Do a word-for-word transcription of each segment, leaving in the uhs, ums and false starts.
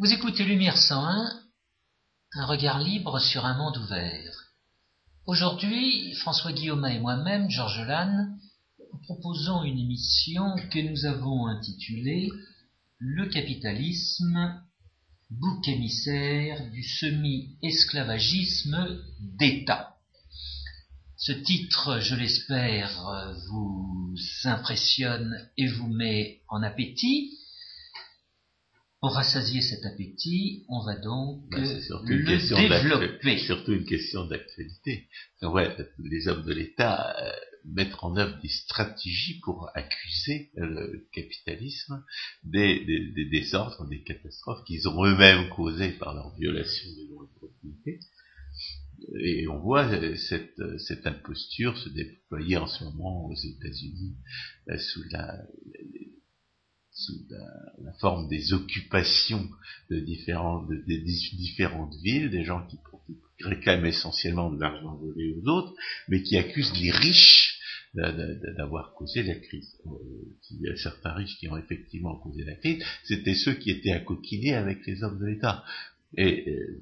Vous écoutez Lumière cent un, un regard libre sur un monde ouvert. Aujourd'hui, François Guillaumin et moi-même, Georges Lannes, proposons une émission que nous avons intitulée « Le capitalisme, bouc émissaire du semi-esclavagisme d'État ». Ce titre, je l'espère, vous impressionne et vous met en appétit. Pour rassasier cet appétit, on va donc ben, le développer. C'est surtout une question d'actualité. Ouais, les hommes de l'État euh, mettre en œuvre des stratégies pour accuser euh, le capitalisme des, des, des désordres, des catastrophes qu'ils ont eux-mêmes causées par leur violation des droits de propriété. Et on voit cette, cette imposture se déployer en ce moment aux États-Unis euh, sous la sous la, la forme des occupations de différentes, de, de, de différentes villes, des gens qui, qui réclament essentiellement de l'argent volé aux autres, mais qui accusent les riches d'avoir causé la crise. Il y a certains riches qui ont effectivement causé la crise, c'était ceux qui étaient accoquinés avec les hommes de l'État. Et euh,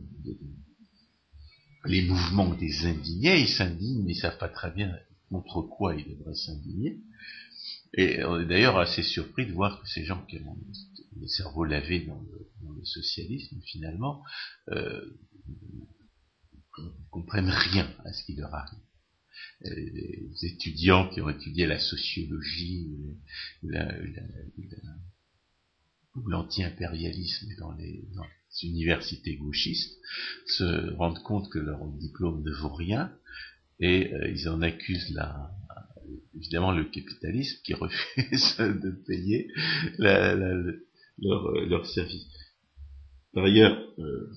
les mouvements des indignés, ils s'indignent, mais ils savent pas très bien contre quoi ils devraient s'indigner. Et on est d'ailleurs assez surpris de voir que ces gens qui ont le cerveau lavé dans le, dans le socialisme, finalement, euh, ne comprennent rien à ce qui leur arrive. Les étudiants qui ont étudié la sociologie la, la, la, ou l'anti-impérialisme dans les, dans les universités gauchistes se rendent compte que leur diplôme ne vaut rien et euh, ils en accusent la évidemment le capitalisme qui refuse de payer la, la, la, leur, leur service. Par ailleurs, euh,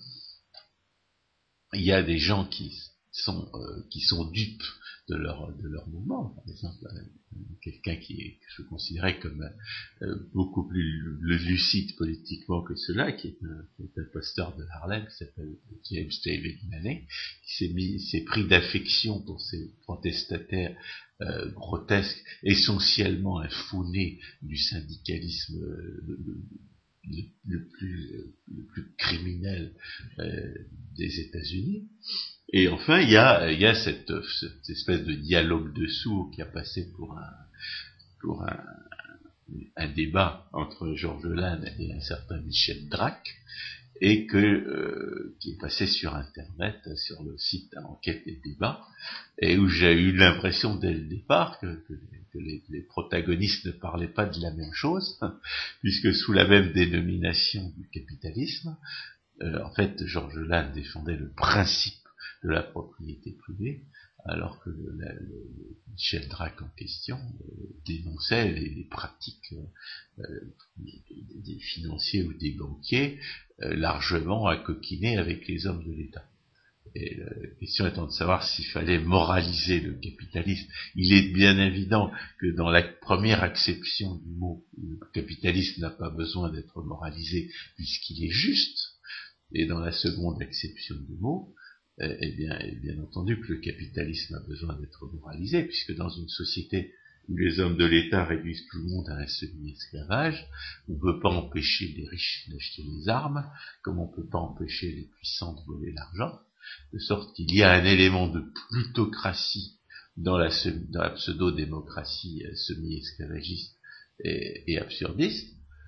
il y a des gens qui sont euh, qui sont dupes de leur de leur mouvement. Par exemple, euh, quelqu'un qui est, que je considérais comme euh, beaucoup plus lucide politiquement que cela, qui est un, qui est un pasteur de Harlem, qui s'appelle James David Manning, qui s'est mis s'est pris d'affection pour ces protestataires euh, grotesques, essentiellement un faux-né du syndicalisme euh, le, le, le plus le plus criminel euh, des États-Unis. Et enfin, il y a, il y a cette, cette espèce de dialogue de sourds qui a passé pour un, pour un, un débat entre Georges Lannes et un certain Michel Drac, et que, euh, qui est passé sur Internet, sur le site Enquête et Débat, et où j'ai eu l'impression dès le départ que, que, que les, les protagonistes ne parlaient pas de la même chose, puisque sous la même dénomination du capitalisme, euh, en fait, Georges Lannes défendait le principe de la propriété privée, alors que le, le, le Michel Drac en question euh, dénonçait les, les pratiques euh, des, des financiers ou des banquiers euh, largement accoquinés avec les hommes de l'État. Et la question étant de savoir s'il fallait moraliser le capitalisme. Il est bien évident que dans la première acception du mot, le capitalisme n'a pas besoin d'être moralisé puisqu'il est juste, et dans la seconde acception du mot, Eh bien, eh bien entendu que le capitalisme a besoin d'être moralisé, puisque dans une société où les hommes de l'État réduisent tout le monde à un semi-esclavage, on ne peut pas empêcher les riches d'acheter des armes, comme on ne peut pas empêcher les puissants de voler l'argent, de sorte qu'il y a un élément de plutocratie dans la, dans la pseudo-démocratie semi-esclavagiste et, et absurdiste,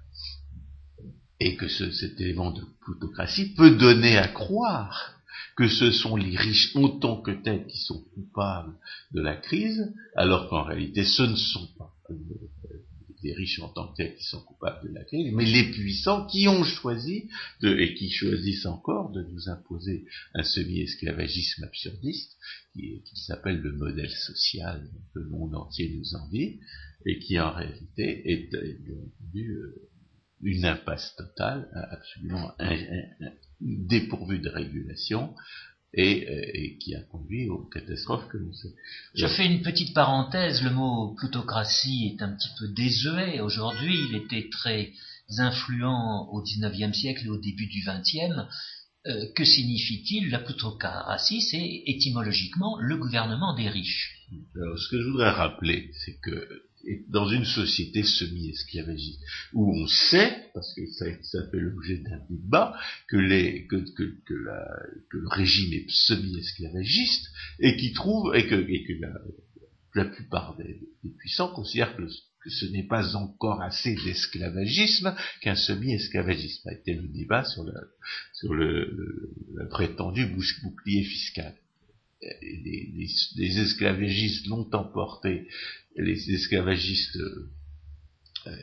et que ce, cet élément de plutocratie peut donner à croire que ce sont les riches en tant que tels qui sont coupables de la crise, alors qu'en réalité ce ne sont pas les riches en tant que tels qui sont coupables de la crise, mais les puissants qui ont choisi, de, et qui choisissent encore, de nous imposer un semi-esclavagisme absurdiste, qui, qui s'appelle le modèle social que le monde entier nous envie, et qui en réalité est, est bien entendu une impasse totale, absolument un, un, un, dépourvue de régulation, et, et qui a conduit aux catastrophes que l'on sait. Je fais une petite parenthèse, le mot plutocratie est un petit peu désuet aujourd'hui, il était très influent au dix-neuvième siècle et au début du vingtième. Euh, que signifie-t-il? La plutocratie, c'est étymologiquement le gouvernement des riches. Alors, ce que je voudrais rappeler, c'est que est dans une société semi-esclavagiste, où on sait, parce que ça, ça fait l'objet d'un débat, que, les, que, que, que, la, que le régime est semi-esclavagiste, et qui trouve, et que, et que la, la plupart des, des puissants considèrent que, que ce n'est pas encore assez d'esclavagisme qu'un semi-esclavagisme. Ça a été le débat sur, la, sur le, le, le prétendu bouclier fiscal. Les, les, les esclavagistes l'ont emporté, les esclavagistes euh,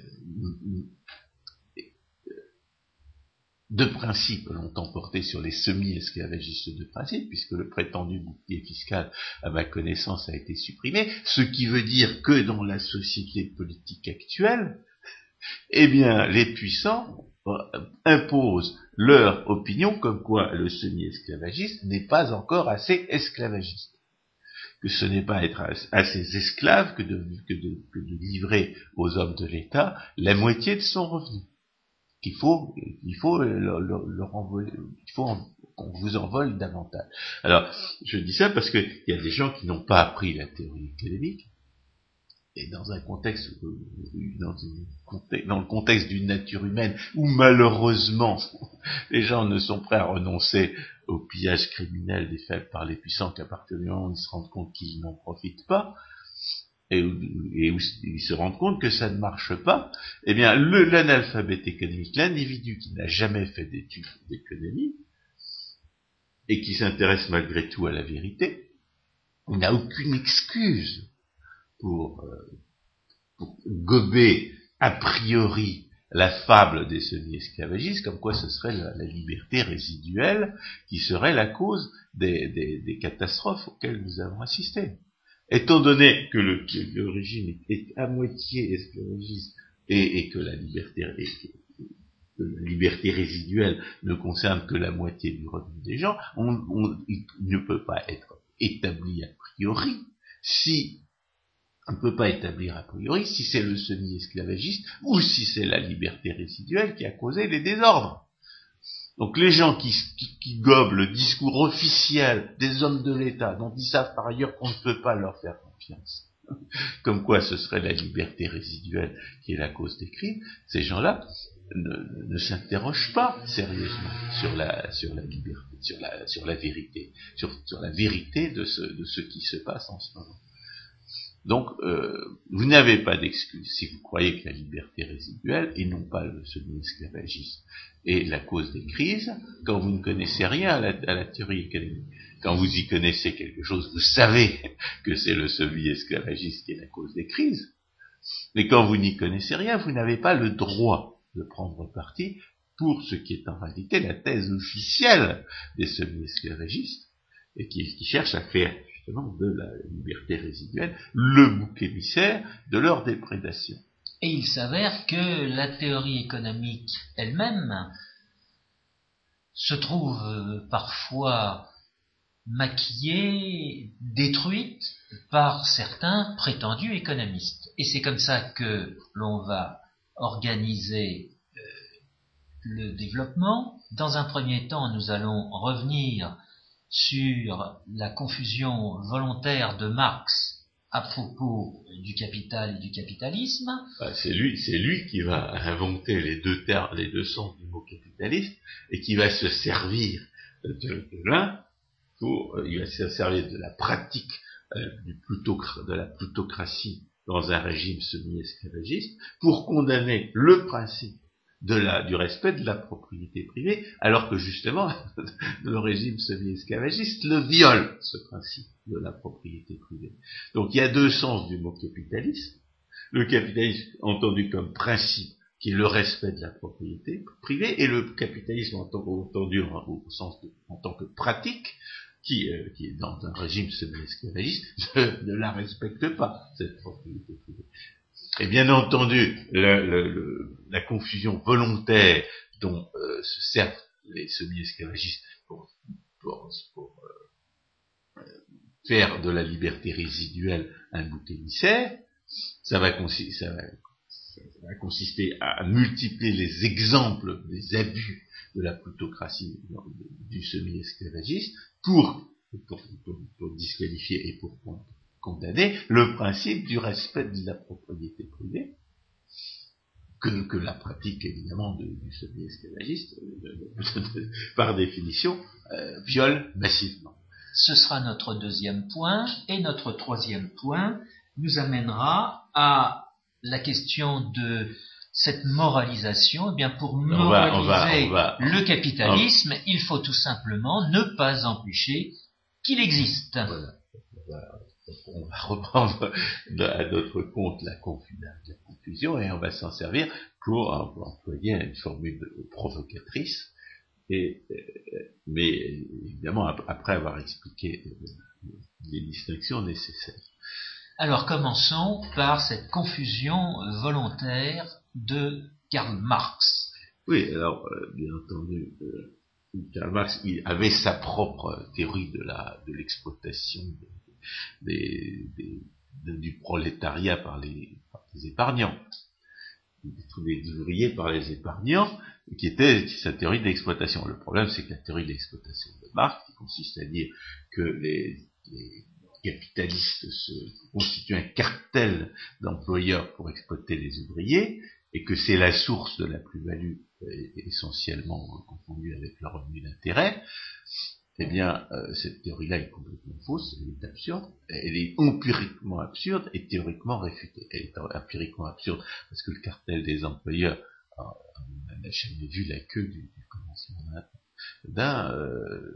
de principe l'ont emporté sur les semi-esclavagistes de principe, puisque le prétendu bouclier fiscal, à ma connaissance, a été supprimé, ce qui veut dire que dans la société politique actuelle, eh bien, les puissants imposent leur opinion comme quoi le semi-esclavagiste n'est pas encore assez esclavagiste. Que ce n'est pas être assez esclave que de, que de, que de livrer aux hommes de l'État la moitié de son revenu. Qu'il faut, il faut leur, leur, leur envoler, il faut en, qu'on vous envole davantage. Alors, je dis ça parce qu'il y a des gens qui n'ont pas appris la théorie économique, et dans un contexte, dans, une, dans le contexte d'une nature humaine où malheureusement les gens ne sont prêts à renoncer au pillage criminel des faibles par les puissants qu'à partir du moment où ils se rendent compte qu'ils n'en profitent pas, et où, et où ils se rendent compte que ça ne marche pas, eh bien le, l'analphabète économique, l'individu qui n'a jamais fait d'études d'économie, et qui s'intéresse malgré tout à la vérité, n'a aucune excuse Pour, euh, pour gober a priori la fable des semi-esclavagistes, comme quoi ce serait la, la liberté résiduelle qui serait la cause des, des, des catastrophes auxquelles nous avons assisté. Étant donné que le, que le régime est, est à moitié esclavagiste et, et que la liberté, et que la liberté résiduelle ne concerne que la moitié du revenu des gens, on, on, il ne peut pas être établi a priori si On ne peut pas établir a priori si c'est le semi-esclavagiste ou si c'est la liberté résiduelle qui a causé les désordres. Donc les gens qui, qui, qui gobent le discours officiel des hommes de l'État, dont ils savent par ailleurs qu'on ne peut pas leur faire confiance, comme quoi ce serait la liberté résiduelle qui est la cause des crimes, ces gens-là ne, ne s'interrogent pas sérieusement sur la, sur la liberté, sur la, sur la vérité, sur, sur la vérité de ce, de ce qui se passe en ce moment. Donc, euh, vous n'avez pas d'excuse si vous croyez que la liberté résiduelle, et non pas le semi-esclavagisme, est la cause des crises, quand vous ne connaissez rien à la, à la théorie économique. Quand vous y connaissez quelque chose, vous savez que c'est le semi-esclavagisme qui est la cause des crises. Mais quand vous n'y connaissez rien, vous n'avez pas le droit de prendre parti pour ce qui est en réalité la thèse officielle des semi-esclavagistes, et qui, qui cherchent à faire de la liberté résiduelle le bouc émissaire de leur déprédation. Et il s'avère que la théorie économique elle-même se trouve parfois maquillée, détruite par certains prétendus économistes. Et c'est comme ça que l'on va organiser euh, le développement. Dans un premier temps, nous allons revenir sur la confusion volontaire de Marx à propos du capital et du capitalisme. Ah, c'est lui, c'est lui qui va inventer les deux termes, les deux sens du mot capitaliste, et qui va se servir de, de l'un pour, euh, il va se servir de la pratique euh, du plutocra- de la plutocratie dans un régime semi-esclavagiste pour condamner le principe de la, du respect de la propriété privée, alors que justement, le régime semi-esclavagiste le viole, ce principe de la propriété privée. Donc il y a deux sens du mot capitalisme. Le capitalisme entendu comme principe, qui est le respect de la propriété privée, et le capitalisme entendu en, au sens de, en tant que pratique, qui, euh, qui est dans un régime semi-esclavagiste, ne, ne la respecte pas, cette propriété privée. Et bien entendu, le, le, le, la confusion volontaire dont euh, se servent les semi-esclavagistes pour, pour, pour euh, faire de la liberté résiduelle un bouc émissaire, ça va, consi- ça, va, ça va consister à multiplier les exemples des abus de la plutocratie du semi-esclavagiste pour, pour, pour, pour disqualifier et pour prendre condamné le principe du respect de la propriété privée, que, que la pratique évidemment de, du semi-esclavagiste, euh, par définition, euh, viole massivement. Ce sera notre deuxième point, et notre troisième point nous amènera à la question de cette moralisation. Eh bien, pour moraliser on va, on va, on va, le capitalisme, on... il faut tout simplement ne pas empêcher qu'il existe. Voilà. Voilà. On va reprendre à notre compte la, confu- la confusion et on va s'en servir pour employer une formule provocatrice. Et, mais évidemment, après avoir expliqué les distinctions nécessaires. Alors commençons par cette confusion volontaire de Karl Marx. Oui, alors bien entendu, Karl Marx il avait sa propre théorie de la de l'exploitation des, des, de, du prolétariat par les, par les épargnants. Tous les ouvriers par les épargnants, qui était sa théorie d'exploitation. Le problème, c'est que la théorie d'exploitation de Marx, qui consiste à dire que les, les capitalistes se constituent un cartel d'employeurs pour exploiter les ouvriers, et que c'est la source de la plus-value, essentiellement confondue avec le revenu d'intérêt, eh bien, euh, cette théorie-là est complètement fausse, elle est absurde, elle est empiriquement absurde et théoriquement réfutée. Elle est empiriquement absurde parce que le cartel des employeurs, euh, on n'a jamais vu la queue du, du commencement d'un... Euh,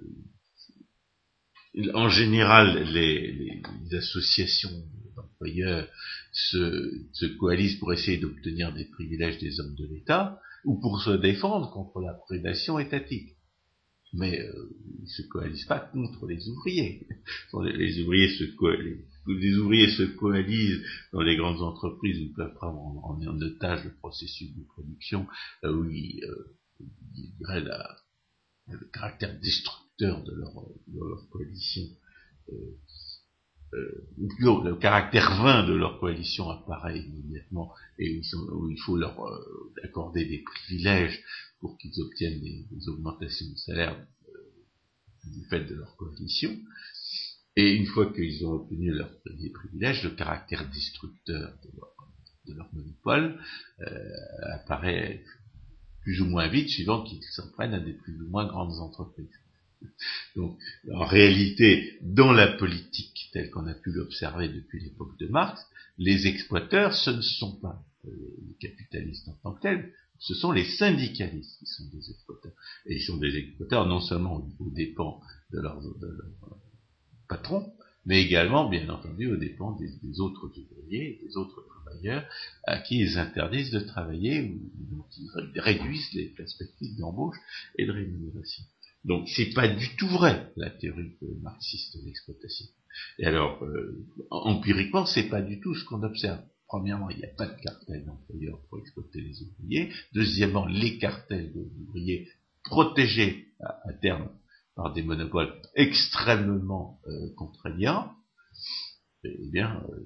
en général, les, les, les associations d'employeurs se, se coalisent pour essayer d'obtenir des privilèges des hommes de l'État ou pour se défendre contre la prédation étatique. Mais euh, ils ne se coalisent pas contre les ouvriers. Les, les ouvriers se coalisent, les ouvriers se coalisent dans les grandes entreprises où ils peuvent prendre en, en, en otage le processus de production, euh, où ils, euh, ils diraient la, le caractère destructeur de leur, de leur coalition, euh, euh, non, le caractère vain de leur coalition apparaît immédiatement et où, ils sont, où il faut leur euh, accorder des privilèges pour qu'ils obtiennent des, des augmentations de salaire euh, du fait de leur coalition. Et une fois qu'ils ont obtenu leurs des privilèges, le caractère destructeur de leur, de leur monopole euh, apparaît plus ou moins vite, suivant qu'ils s'en prennent à des plus ou moins grandes entreprises. Donc, en réalité, dans la politique telle qu'on a pu l'observer depuis l'époque de Marx, les exploiteurs, ce ne sont pas euh, les capitalistes en tant que tels, ce sont les syndicalistes qui sont des exploiteurs. Et ils sont des exploiteurs non seulement aux dépens de leurs de leur patrons, mais également, bien entendu, aux dépens des, des autres ouvriers, des autres travailleurs, à qui ils interdisent de travailler ou dont ils réduisent les perspectives d'embauche et de rémunération. Donc, c'est pas du tout vrai, la théorie marxiste de l'exploitation. Et alors, euh, empiriquement, c'est pas du tout ce qu'on observe. Premièrement, il n'y a pas de cartel d'employeurs pour exploiter les ouvriers. Deuxièmement, les cartels d'ouvriers protégés à, à terme par des monopoles extrêmement euh, contraignants, eh bien, euh,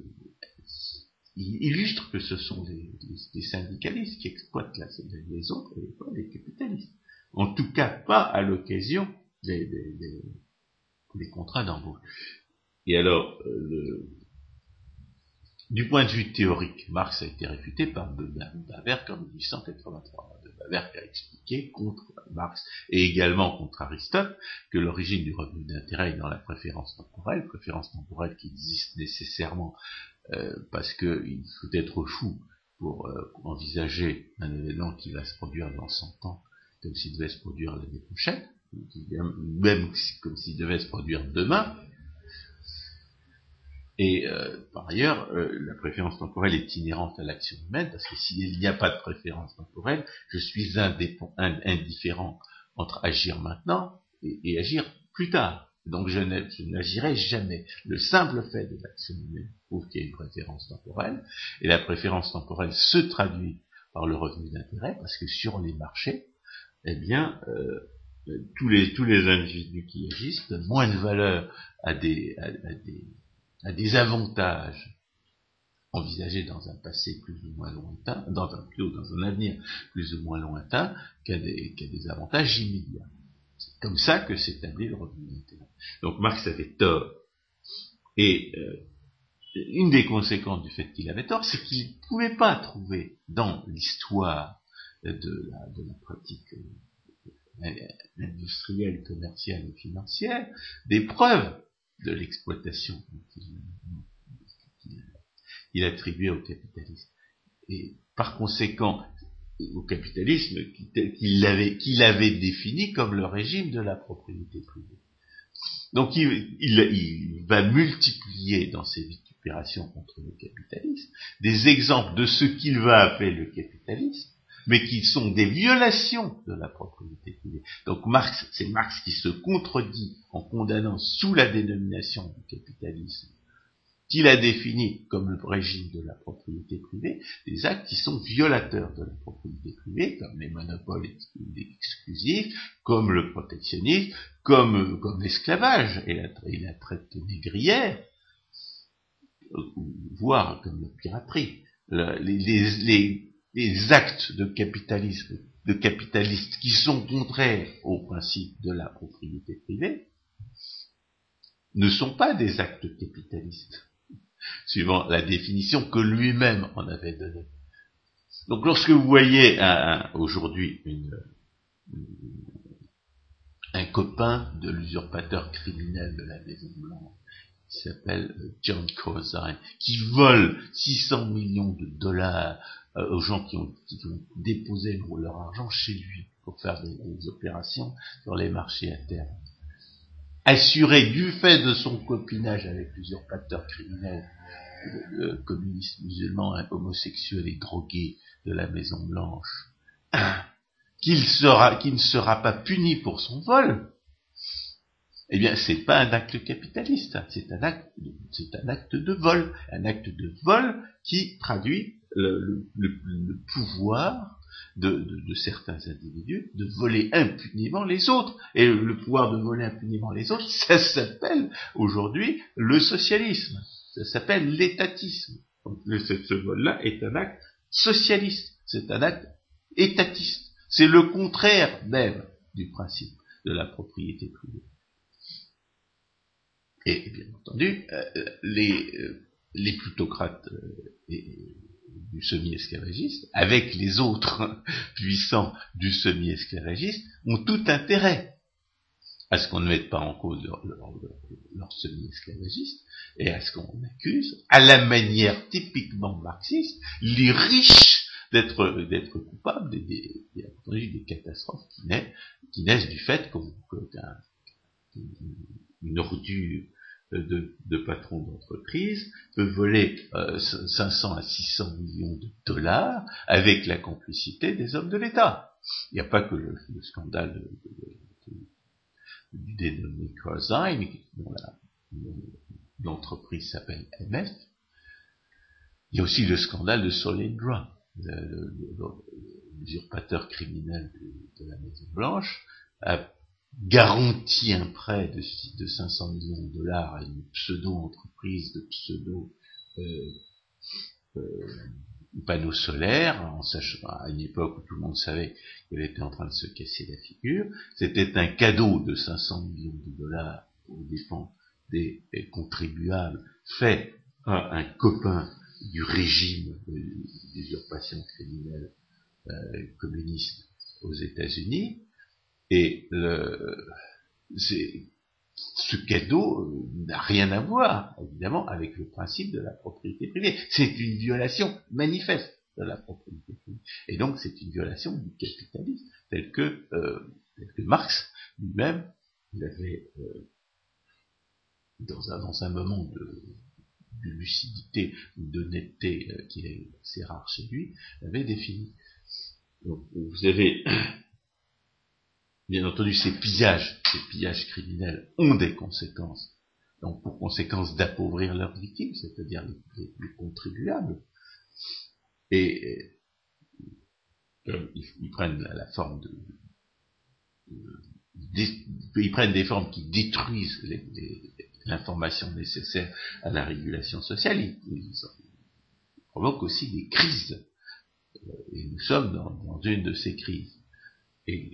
illustrent que ce sont des, des, des syndicalistes qui exploitent la, les autres et pas les capitalistes. En tout cas, pas à l'occasion des, des, des, des contrats d'embauche. Et alors, euh, le, du point de vue théorique, Marx a été réfuté par de Bawerk en dix-huit cent quatre-vingt-trois. De Bawerk a expliqué contre Marx et également contre Aristote que l'origine du revenu d'intérêt est dans la préférence temporelle, préférence temporelle qui existe nécessairement euh, parce qu'il faut être fou pour euh, envisager un événement qui va se produire dans cent ans comme s'il devait se produire l'année prochaine, même comme s'il devait se produire demain. Et euh, par ailleurs, euh, la préférence temporelle est inhérente à l'action humaine, parce que s'il n'y a pas de préférence temporelle, je suis indépend, indifférent entre agir maintenant et, et agir plus tard. Donc je, je n'agirai jamais. Le simple fait de l'action humaine prouve qu'il y a une préférence temporelle, et la préférence temporelle se traduit par le revenu d'intérêt, parce que sur les marchés, eh bien, euh, tous les tous les individus qui agissent donnent moins de valeur à des à, à des à des avantages envisagés dans un passé plus ou moins lointain, dans un plutôt dans un avenir plus ou moins lointain, qu'à des qu'à des avantages immédiats. C'est comme ça que s'établit le revenu d'intérêt. Donc Marx avait tort. Et euh, une des conséquences du fait qu'il avait tort, c'est qu'il ne pouvait pas trouver dans l'histoire de la, de la pratique industrielle, commerciale et financière des preuves de l'exploitation qu'il, qu'il, qu'il attribuait au capitalisme. Et par conséquent, au capitalisme qu'il avait, qu'il avait défini comme le régime de la propriété privée. Donc il, il, il va multiplier dans ses vitupérations contre le capitalisme des exemples de ce qu'il va appeler le capitalisme, mais qui sont des violations de la propriété privée. Donc Marx, c'est Marx qui se contredit en condamnant sous la dénomination du capitalisme qu'il a défini comme le régime de la propriété privée, des actes qui sont violateurs de la propriété privée, comme les monopoles exclusifs, comme le protectionnisme, comme, comme l'esclavage et la, et la traite négrière, voire comme la piraterie. Le, les, les, les, les actes de capitalisme, de capitalistes qui sont contraires au principe de la propriété privée ne sont pas des actes capitalistes, suivant la définition que lui-même en avait donnée. Donc lorsque vous voyez un, un, aujourd'hui une, une, un copain de l'usurpateur criminel de la Maison Blanche, qui s'appelle John Corzine, qui vole six cents millions de dollars euh, aux gens qui ont, qui ont déposé leur argent chez lui pour faire des, des opérations sur les marchés à terme, assuré du fait de son copinage avec l'usurpateur criminel, le, le communiste musulman, un homosexuel et drogué de la Maison Blanche, qu'il sera, qu'il ne sera pas puni pour son vol, eh bien, c'est pas un acte capitaliste, c'est un acte, c'est un acte de vol, un acte de vol qui traduit le, le, le, le pouvoir de, de, de certains individus de voler impuniment les autres. Et le, le pouvoir de voler impuniment les autres, ça s'appelle aujourd'hui le socialisme, ça s'appelle l'étatisme. Donc, le, ce, ce vol-là est un acte socialiste, c'est un acte étatiste, c'est le contraire même du principe de la propriété privée. Et bien entendu, euh, les, euh, les plutocrates euh, et, du semi-esclavagiste, avec les autres puissants du semi-esclavagiste, ont tout intérêt à ce qu'on ne mette pas en cause leur, leur, leur, leur semi-esclavagiste et à ce qu'on accuse, à la manière typiquement marxiste, les riches d'être, d'être coupables des, des, des, des catastrophes qui naissent, qui naissent du fait qu'on, qu'un une ordure de, de patron d'entreprise peut voler euh, cinq cents à six cents millions de dollars avec la complicité des hommes de l'État. Il n'y a pas que le, le scandale de, de, de, du dénommé Corzine, dont la, l'entreprise s'appelle M F. Il y a aussi le scandale de Solyndra, l'usurpateur criminel de, de la Maison Blanche, a garantit un prêt de, de cinq cents millions de dollars à une pseudo-entreprise de pseudo euh, euh, panneaux solaires, en sachant, à une époque où tout le monde savait qu'elle était en train de se casser la figure. C'était un cadeau de cinq cents millions de dollars aux dépens des, des contribuables, fait à un copain du régime d'usurpation criminelle euh, communiste aux États-Unis. Et le, c'est, ce cadeau euh, n'a rien à voir, évidemment, avec le principe de la propriété privée. C'est une violation manifeste de la propriété privée. Et donc, c'est une violation du capitalisme, tel que, euh, tel que Marx lui-même l'avait, euh, dans un, dans un moment de, de lucidité ou d'honnêteté euh, qui est assez rare chez lui, l'avait défini. Donc, vous avez... Bien entendu, ces pillages, ces pillages criminels ont des conséquences. Donc, pour conséquence d'appauvrir leurs victimes, c'est-à-dire les, les, les contribuables. Et, et euh, ils, ils prennent la, la forme de, de, de, ils prennent des formes qui détruisent les, les, l'information nécessaire à la régulation sociale. Ils, ils, ils provoquent aussi des crises. Et nous sommes dans, dans une de ces crises. Et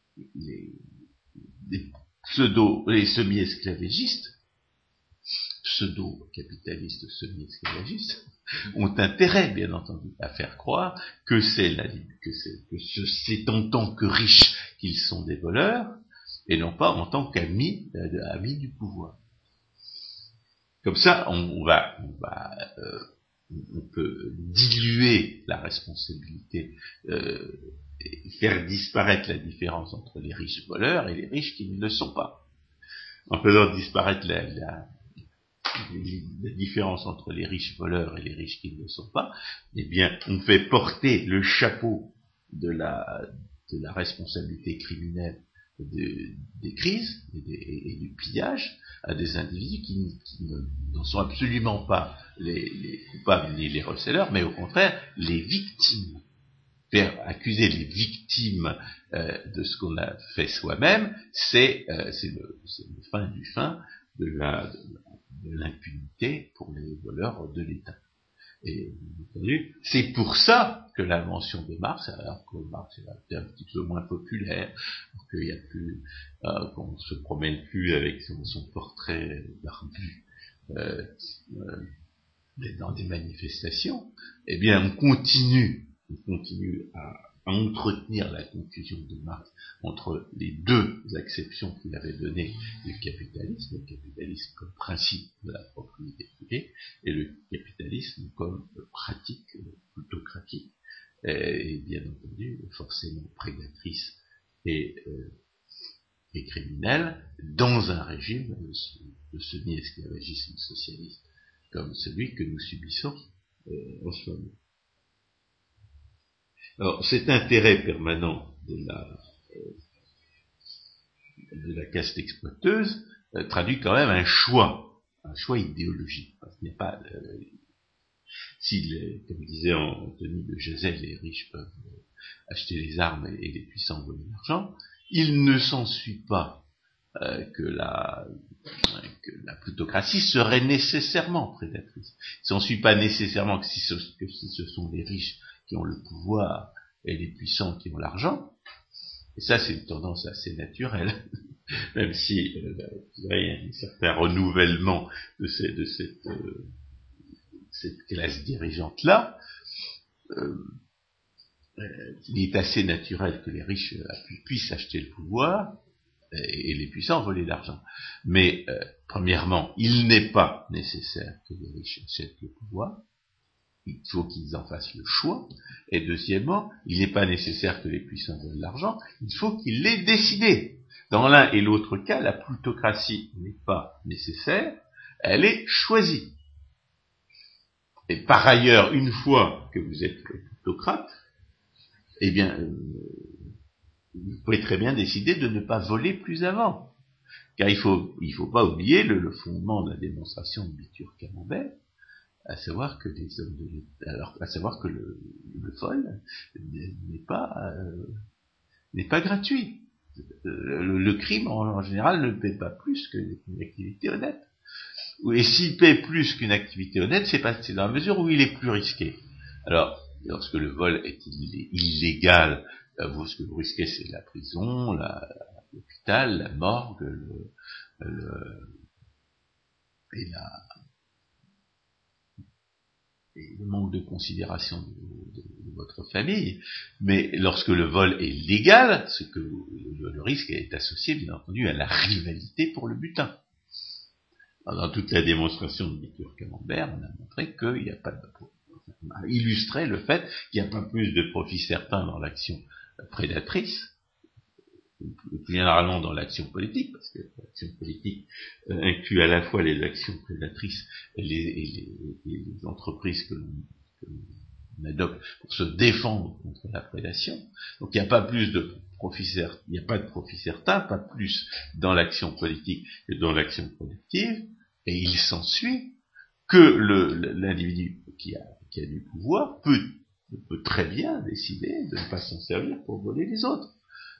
Les, les pseudo, les semi-esclavagistes pseudo-capitalistes semi-esclavagistes ont intérêt, bien entendu, à faire croire que c'est la, que c'est, que ce, c'est en tant que riches qu'ils sont des voleurs, et non pas en tant qu'amis, euh, amis du pouvoir. Comme ça, on va, on va, euh, on peut diluer la responsabilité, euh, et faire disparaître la différence entre les riches voleurs et les riches qui ne le sont pas. En faisant disparaître la, la, la différence entre les riches voleurs et les riches qui ne le sont pas, eh bien, on fait porter le chapeau de la, de la responsabilité criminelle de, des crises et, des, et du pillage à des individus qui, qui ne sont absolument pas les, les coupables ni les receleurs, mais au contraire les victimes. Faire accuser les victimes euh, de ce qu'on a fait soi-même, c'est, euh, c'est, le, c'est le fin du fin de, la, de, de l'impunité pour les voleurs de l'État. Et entendu, c'est pour ça que l'invention de Marx, alors que Marx est un petit peu moins populaire, qu'il y a plus, euh, qu'on ne se promène plus avec son, son portrait barbu euh, euh, dans des manifestations, eh bien on continue on continue à, à entretenir la confusion de Marx entre les deux acceptions qu'il avait données du capitalisme, le capitalisme comme principe de la propriété privée, et le capitalisme comme pratique plutocratique, et, et bien entendu forcément prédatrice et, euh, et criminelle, dans un régime de semi-esclavagisme socialiste comme celui que nous subissons euh, en ce moment. Alors, cet intérêt permanent de la, euh, de la caste exploiteuse euh, traduit quand même un choix, un choix idéologique. Parce qu'il n'y a pas, euh, si, les, comme disait Anthony de Gesell, les riches peuvent euh, acheter les armes et, et les puissants voler l'argent, il ne s'ensuit pas euh, que, la, que la plutocratie serait nécessairement prédatrice. Il ne s'ensuit pas nécessairement que si, ce, que si ce sont les riches qui ont le pouvoir et les puissants qui ont l'argent, et ça c'est une tendance assez naturelle, même si euh, il y a un certain renouvellement de, ces, de cette, euh, cette classe dirigeante-là, euh, euh, il est assez naturel que les riches euh, puissent acheter le pouvoir et, et les puissants voler l'argent. Mais euh, premièrement, il n'est pas nécessaire que les riches achètent le pouvoir, il faut qu'ils en fassent le choix, et deuxièmement, il n'est pas nécessaire que les puissants volent l'argent, il faut qu'ils l'aient décidé. Dans l'un et l'autre cas, la plutocratie n'est pas nécessaire, elle est choisie. Et par ailleurs, une fois que vous êtes plutocrate, eh bien, euh, vous pouvez très bien décider de ne pas voler plus avant. Car il faut, il faut pas oublier le, le fondement de la démonstration de Bitur-Camembert, à savoir que les hommes de l'État, alors, à savoir que le, le vol n'est pas, euh, n'est pas gratuit. Le, le crime, en, en général, ne paie pas plus qu'une activité honnête. Et s'il paie plus qu'une activité honnête, c'est, pas, c'est dans la mesure où il est plus risqué. Alors, lorsque le vol est illégal, vous, ce que vous risquez, c'est la prison, la, l'hôpital, la morgue, le, le, et la, et le manque de considération de, de, de votre famille. Mais lorsque le vol est légal, ce que vous, le, le risque est associé, bien entendu, à la rivalité pour le butin. Alors, dans toute la démonstration de Bitur-Camembert, on a montré qu'il n'y a pas de, on a illustré le fait qu'il n'y a pas plus de profit certain dans l'action prédatrice, plus généralement dans l'action politique, parce que l'action politique euh, inclut à la fois les actions prédatrices et les, et les, et les entreprises que l'on, que l'on adopte pour se défendre contre la prédation. Donc il n'y a pas plus de profit certain, il n'y a pas de profit certain, pas plus dans l'action politique que dans l'action productive, et il s'ensuit que le, l'individu qui a, qui a du pouvoir peut, peut très bien décider de ne pas s'en servir pour voler les autres.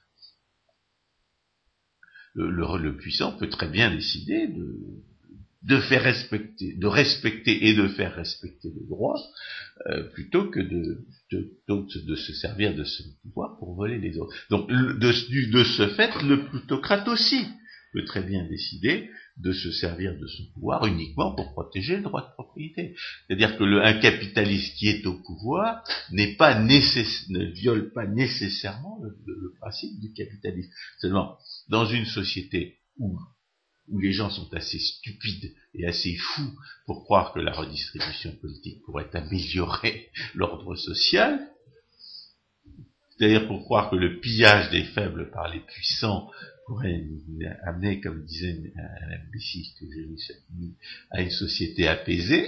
Le, le, le puissant peut très bien décider de, de faire respecter, de respecter et de faire respecter le droit, euh, plutôt que de, de, de, de se servir de ce pouvoir pour voler les autres. Donc, de, de, de ce fait, le plutocrate aussi peut très bien décider de se servir de son pouvoir uniquement pour protéger le droit de propriété. C'est-à-dire que le, un capitaliste qui est au pouvoir n'est pas nécess, ne viole pas nécessairement le, le, le principe du capitalisme. Seulement, dans une société où, où les gens sont assez stupides et assez fous pour croire que la redistribution politique pourrait améliorer l'ordre social, c'est-à-dire pour croire que le pillage des faibles par les puissants pourrait amener, comme disait un imbécile que j'ai vu cette nuit, à une société apaisée.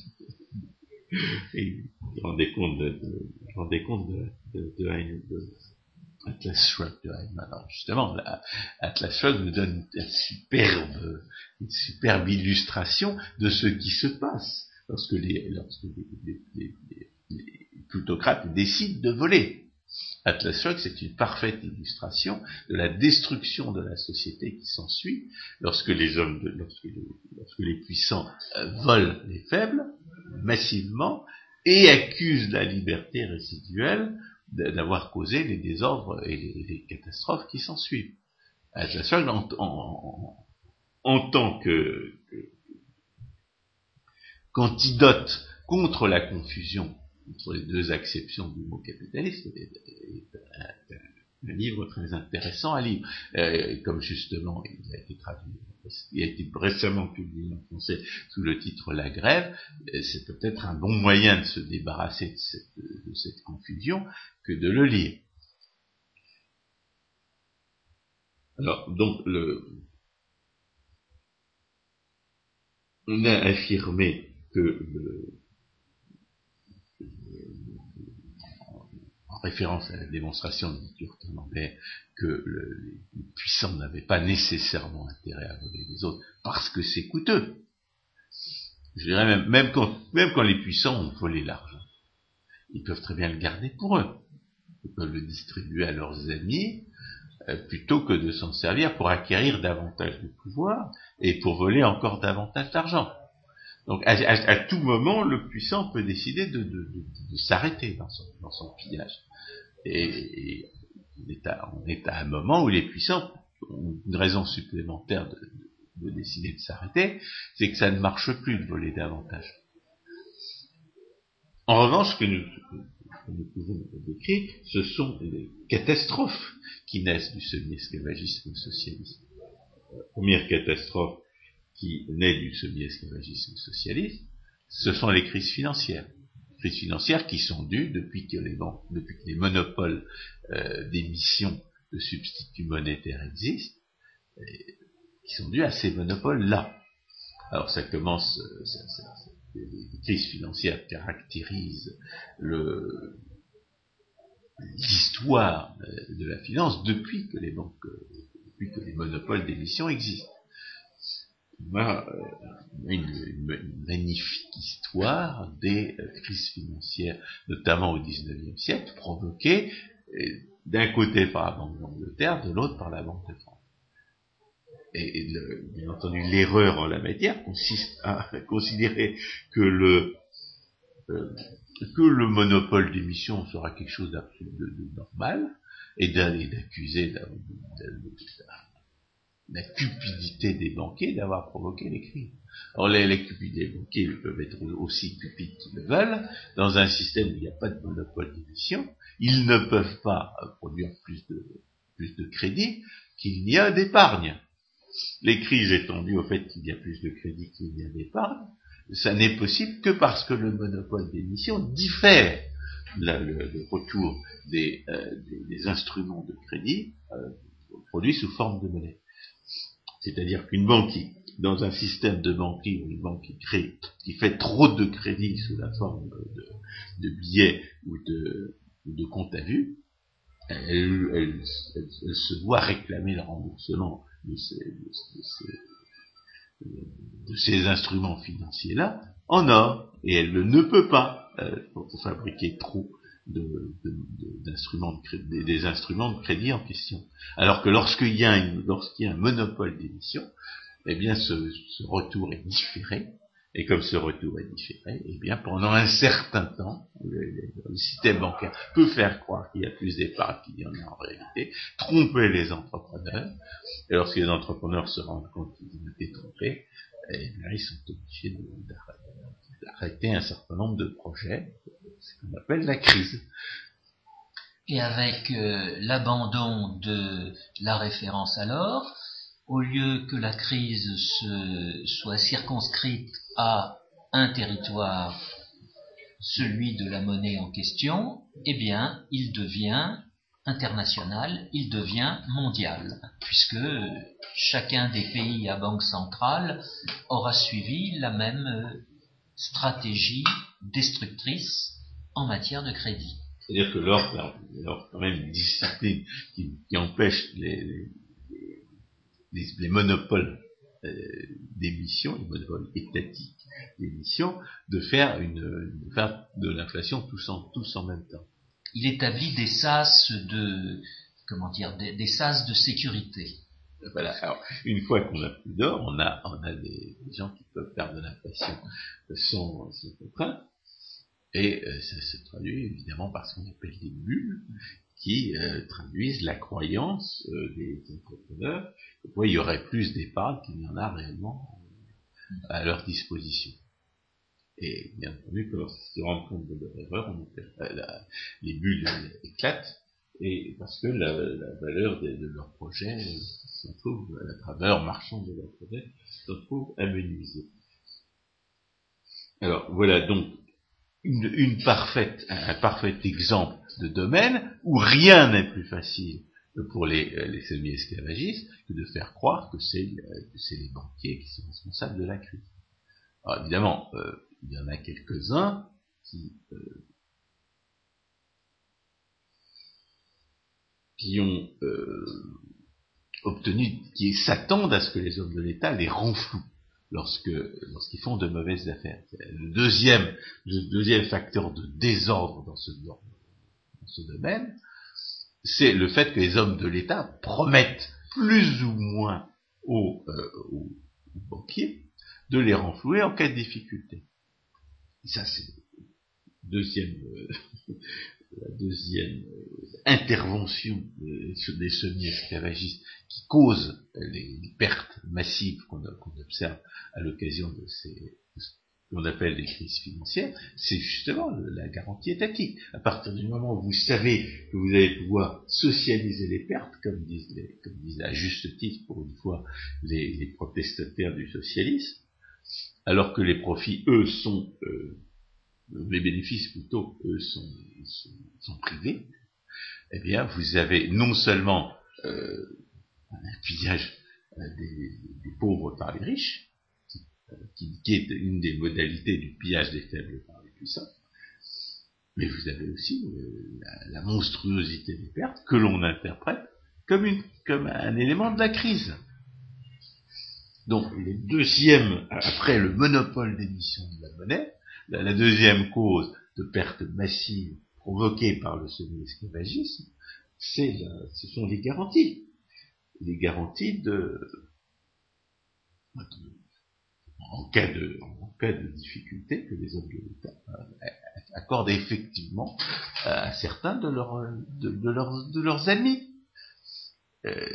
Et je rendais compte de, de, je rendais compte de, de, de, de, de Atlas Shrugged de Heinemann. Alors justement, là, Atlas Shrugged nous donne une superbe, une superbe illustration de ce qui se passe lorsque les, lorsque les, les, les, les, les plutocrates décident de voler. Atlas Shrugged, c'est une parfaite illustration de la destruction de la société qui s'ensuit lorsque les hommes, de, lorsque, les, lorsque les puissants euh, volent les faibles massivement et accusent la liberté résiduelle d'avoir causé les désordres et les, les catastrophes qui s'ensuivent. Atlas Shrugged, en, en, en, en tant que, que qu'antidote contre la confusion entre les deux acceptions du mot capitaliste, est, est un, un, un livre très intéressant à lire. Euh, comme justement, il a été traduit, il a été récemment publié en français sous le titre La Grève, c'est peut-être un bon moyen de se débarrasser de cette, de cette confusion que de le lire. Alors, donc, le, on a affirmé que le, en référence à la démonstration de Durkheim que le, les puissants n'avaient pas nécessairement intérêt à voler les autres parce que c'est coûteux. Je dirais même, même quand, même quand les puissants ont volé l'argent, ils peuvent très bien le garder pour eux. Ils peuvent le distribuer à leurs amis, euh, plutôt que de s'en servir pour acquérir davantage de pouvoir et pour voler encore davantage d'argent. Donc, à, à, à tout moment, le puissant peut décider de, de, de, de s'arrêter dans son, dans son pillage. Et, et on, est à, on est à un moment où les puissants ont une raison supplémentaire de, de, de décider de s'arrêter, c'est que ça ne marche plus de voler davantage. En revanche, ce que nous, que nous pouvons décrire, ce sont les catastrophes qui naissent du semi-esclavagisme socialiste. La première catastrophe qui naît du semi-esclavagisme socialiste, ce sont les crises financières. Les crises financières qui sont dues, depuis que les, banques, depuis que les monopoles euh, d'émission de substituts monétaires existent, et, qui sont dues à ces monopoles-là. Alors ça commence, euh, ça, ça, ça, les crises financières caractérisent le, l'histoire de la finance depuis que les banques, depuis que les monopoles d'émission existent. On a une, une, une magnifique histoire des euh, crises financières, notamment au dix-neuvième siècle, provoquées euh, d'un côté par la Banque d'Angleterre, de l'autre par la Banque de France. Et, et le, bien entendu, l'erreur en la matière consiste à considérer que le euh, que le monopole d'émission sera quelque chose d'absolu de, de normal, et d'accuser la, la cupidité des banquiers d'avoir provoqué les crises. Or, les, les cupides des banquiers peuvent être aussi cupides qu'ils le veulent. Dans un système où il n'y a pas de monopole d'émission, ils ne peuvent pas produire plus de, plus de crédit qu'il n'y a d'épargne. Les crises étant dues au fait qu'il y a plus de crédit qu'il n'y a d'épargne, ça n'est possible que parce que le monopole d'émission diffère la, le, le retour des, euh, des, des instruments de crédit euh, produits sous forme de monnaie. C'est-à-dire qu'une banque qui, dans un système de banquier ou une banque qui crée, qui fait trop de crédit sous la forme de, de billets ou de, de comptes à vue, elle, elle, elle, elle se voit réclamer le remboursement de ces, de ces, de ces instruments financiers-là en or, et elle ne peut pas euh, fabriquer trop de, de, de, d'instruments de crédit, des, des instruments de crédit en question. Alors que lorsqu'il y a, une, lorsqu'il y a un monopole d'émission, eh bien ce, ce retour est différé, Et comme ce retour est différé, eh bien, pendant un certain temps, le, le, le système bancaire peut faire croire qu'il y a plus d'épargne qu'il y en a en réalité, tromper les entrepreneurs, et lorsque les entrepreneurs se rendent compte qu'ils ont été trompés, eh bien, ils sont obligés de, d'arrêter un certain nombre de projets, ce qu'on appelle la crise. Et avec euh, l'abandon de la référence à l'or, au lieu que la crise se, soit circonscrite à un territoire, celui de la monnaie en question, eh bien, il devient international, il devient mondial, puisque chacun des pays à banque centrale aura suivi la même stratégie destructrice en matière de crédit. C'est-à-dire que l'or, l'or quand même une discipline qui, qui empêche les, les, les, les monopoles euh, d'émission, les monopoles étatiques d'émission, de faire une, de faire de l'inflation tous en, tous en même temps. Il établit des sas de, comment dire, des, des sas de sécurité. Voilà. Alors, une fois qu'on a plus d'or, on a, on a des, des gens qui peuvent faire de l'inflation sans, sans contrainte. Et euh, ça se traduit évidemment par ce qu'on appelle des bulles, qui euh, traduisent la croyance euh, des entrepreneurs que il y aurait plus d'épargne qu'il n'y en a réellement à leur disposition. Et bien entendu, que lorsqu'ils se rendent compte de leur erreur, on appelle, euh, la, les bulles éclatent, et parce que la, la valeur de, de leur projet euh, se trouve, la valeur marchande de leur projet se trouve amenuisée. Alors voilà donc Une, une parfaite, un parfait exemple de domaine où rien n'est plus facile pour les, les semi-esclavagistes que de faire croire que c'est, que c'est les banquiers qui sont responsables de la crise. Alors évidemment, euh, il y en a quelques-uns qui, euh, qui ont euh, obtenu, qui s'attendent à ce que les hommes de l'État les renflouent lorsque lorsqu'ils font de mauvaises affaires. Le deuxième, le deuxième facteur de désordre dans ce, dans ce domaine, c'est le fait que les hommes de l'État promettent plus ou moins aux, euh, aux, aux banquiers de les renflouer en cas de difficulté. Et ça, c'est le deuxième, euh, la deuxième euh, intervention des, des semi-esclavagistes qui cause les, les pertes massives qu'on, qu'on observe à l'occasion de ces, de ce qu'on appelle les crises financières, c'est justement le, la garantie étatique. À partir du moment où vous savez que vous allez pouvoir socialiser les pertes, comme disent, les, comme disent à juste titre pour une fois les, les protestataires du socialisme, alors que les profits, eux, sont euh, les bénéfices plutôt, eux, sont, sont, sont privés, eh bien, vous avez non seulement euh, un pillage euh, des, des pauvres par les riches, qui, euh, qui, qui est une des modalités du pillage des faibles par les puissants, mais vous avez aussi euh, la, la monstruosité des pertes que l'on interprète comme, une, comme un élément de la crise. Donc, le deuxième, après le monopole d'émission de la monnaie, la, la deuxième cause de perte massive provoquée par le semi-esclavagisme, c'est la, ce sont les garanties. Les garanties de, de en, cas de, en cas de difficulté que les hommes de l'État accordent effectivement à certains de, leur, de, de, leurs, de leurs amis, euh,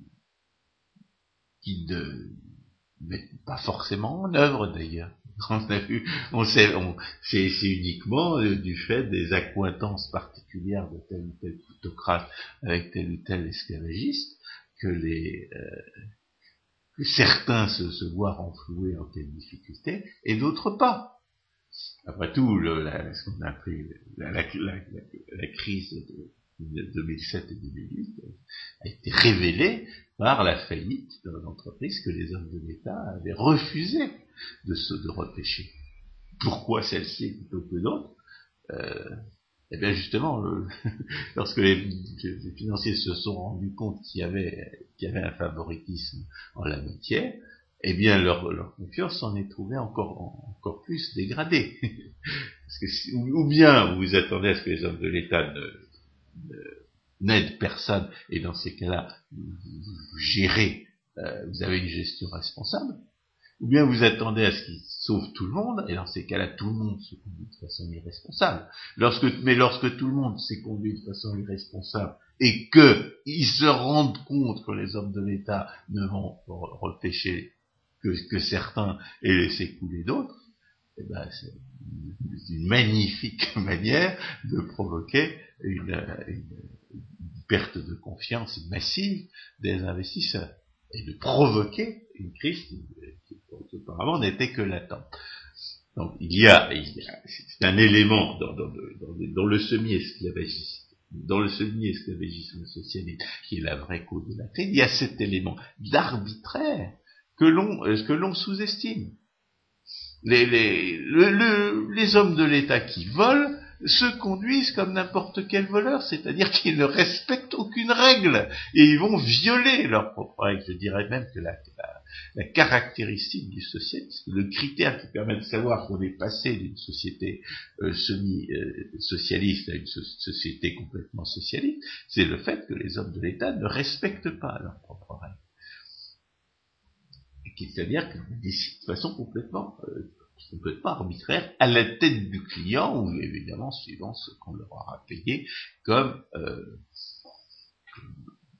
qui ne mettent pas forcément en œuvre d'ailleurs. On a vu, on sait, on, c'est, c'est uniquement euh, du fait des accointances particulières de tel ou tel plutocrate avec tel ou tel esclavagiste que les euh, que certains se, se voient renflouer en telle difficulté et d'autres pas. Après tout, le, la, ce qu'on a appris la, la, la, la, la crise de deux mille sept et deux mille huit a été révélée par la faillite de l'entreprise que les hommes de l'État avaient refusé de se de repêcher. Pourquoi celle-ci plutôt que d'autres? euh, Eh bien justement, le, lorsque les, les financiers se sont rendus compte qu'il y avait qu'il y avait un favoritisme en la matière, eh bien leur, leur confiance s'en est trouvée encore encore plus dégradée. Parce que si, ou, ou bien vous vous attendez à ce que les hommes de l'État ne, ne n'aident personne, et dans ces cas-là, vous, vous gérez, euh, vous avez une gestion responsable. ou bien vous attendez à ce qu'ils sauvent tout le monde, et dans ces cas-là, tout le monde se conduit de façon irresponsable. Lorsque, mais lorsque tout le monde s'est conduit de façon irresponsable, et que ils se rendent compte que les hommes de l'État ne vont repêcher que, que certains et laisser couler d'autres, eh ben, c'est une magnifique manière de provoquer une, une, une perte de confiance massive des investisseurs et de provoquer une crise qui, qui, qui auparavant n'était que latente. Donc il y a, il y a c'est un élément dans, dans, le, dans, le, dans le semi-esclavagisme, dans le semi-esclavagisme socialiste qui est la vraie cause de la crise, il y a cet élément d'arbitraire que l'on, que l'on sous-estime. Les, les, le, le, les hommes de l'État qui volent se conduisent comme n'importe quel voleur, c'est-à-dire qu'ils ne respectent aucune règle et ils vont violer leurs propres règles. Je dirais même que la, la, la caractéristique du socialisme, le critère qui permet de savoir qu'on est passé d'une société euh, semi-socialiste à une so- société complètement socialiste, c'est le fait que les hommes de l'État ne respectent pas leurs propres règles. C'est-à-dire qu'ils décident de façon complètement, euh, complètement arbitraire à la tête du client, ou évidemment suivant ce qu'on leur aura payé comme, euh, comme,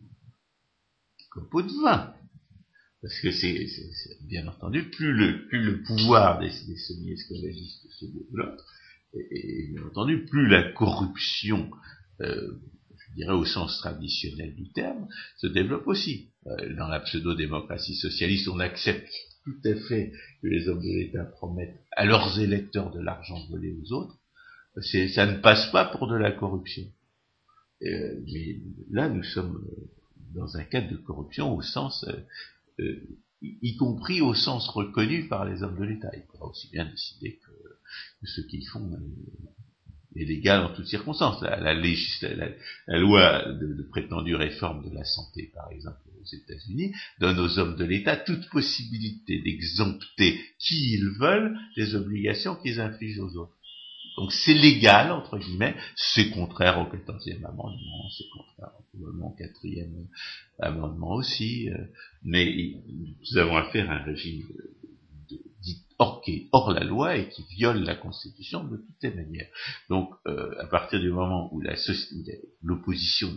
comme pot de vin. Parce que c'est, c'est, c'est bien entendu, plus le, plus le pouvoir des, des semi-esclavagistes se développe, et, et bien entendu, plus la corruption, euh, je dirais au sens traditionnel du terme, se développe aussi. Euh, dans la pseudo-démocratie socialiste, on accepte tout à fait que les hommes de l'État promettent à leurs électeurs de l'argent volé aux autres. C'est, ça ne passe pas pour de la corruption. Euh, mais là, nous sommes dans un cadre de corruption au sens, euh, euh, y, y compris au sens reconnu par les hommes de l'État. Il faudra aussi bien décider que, que ce qu'ils font euh, est légal en toutes circonstances. La, la, légis- la, la loi de, de prétendue réforme de la santé, par exemple, aux États-Unis, donne aux hommes de l'État toute possibilité d'exempter qui ils veulent des obligations qu'ils infligent aux autres. Donc c'est légal, entre guillemets, c'est contraire au quatorzième amendement, c'est contraire au quatrième amendement aussi, euh, mais nous avons affaire à un régime de, de, dit hors, qui est hors la loi et qui viole la Constitution de toutes les manières. Donc euh, à partir du moment où la, l'opposition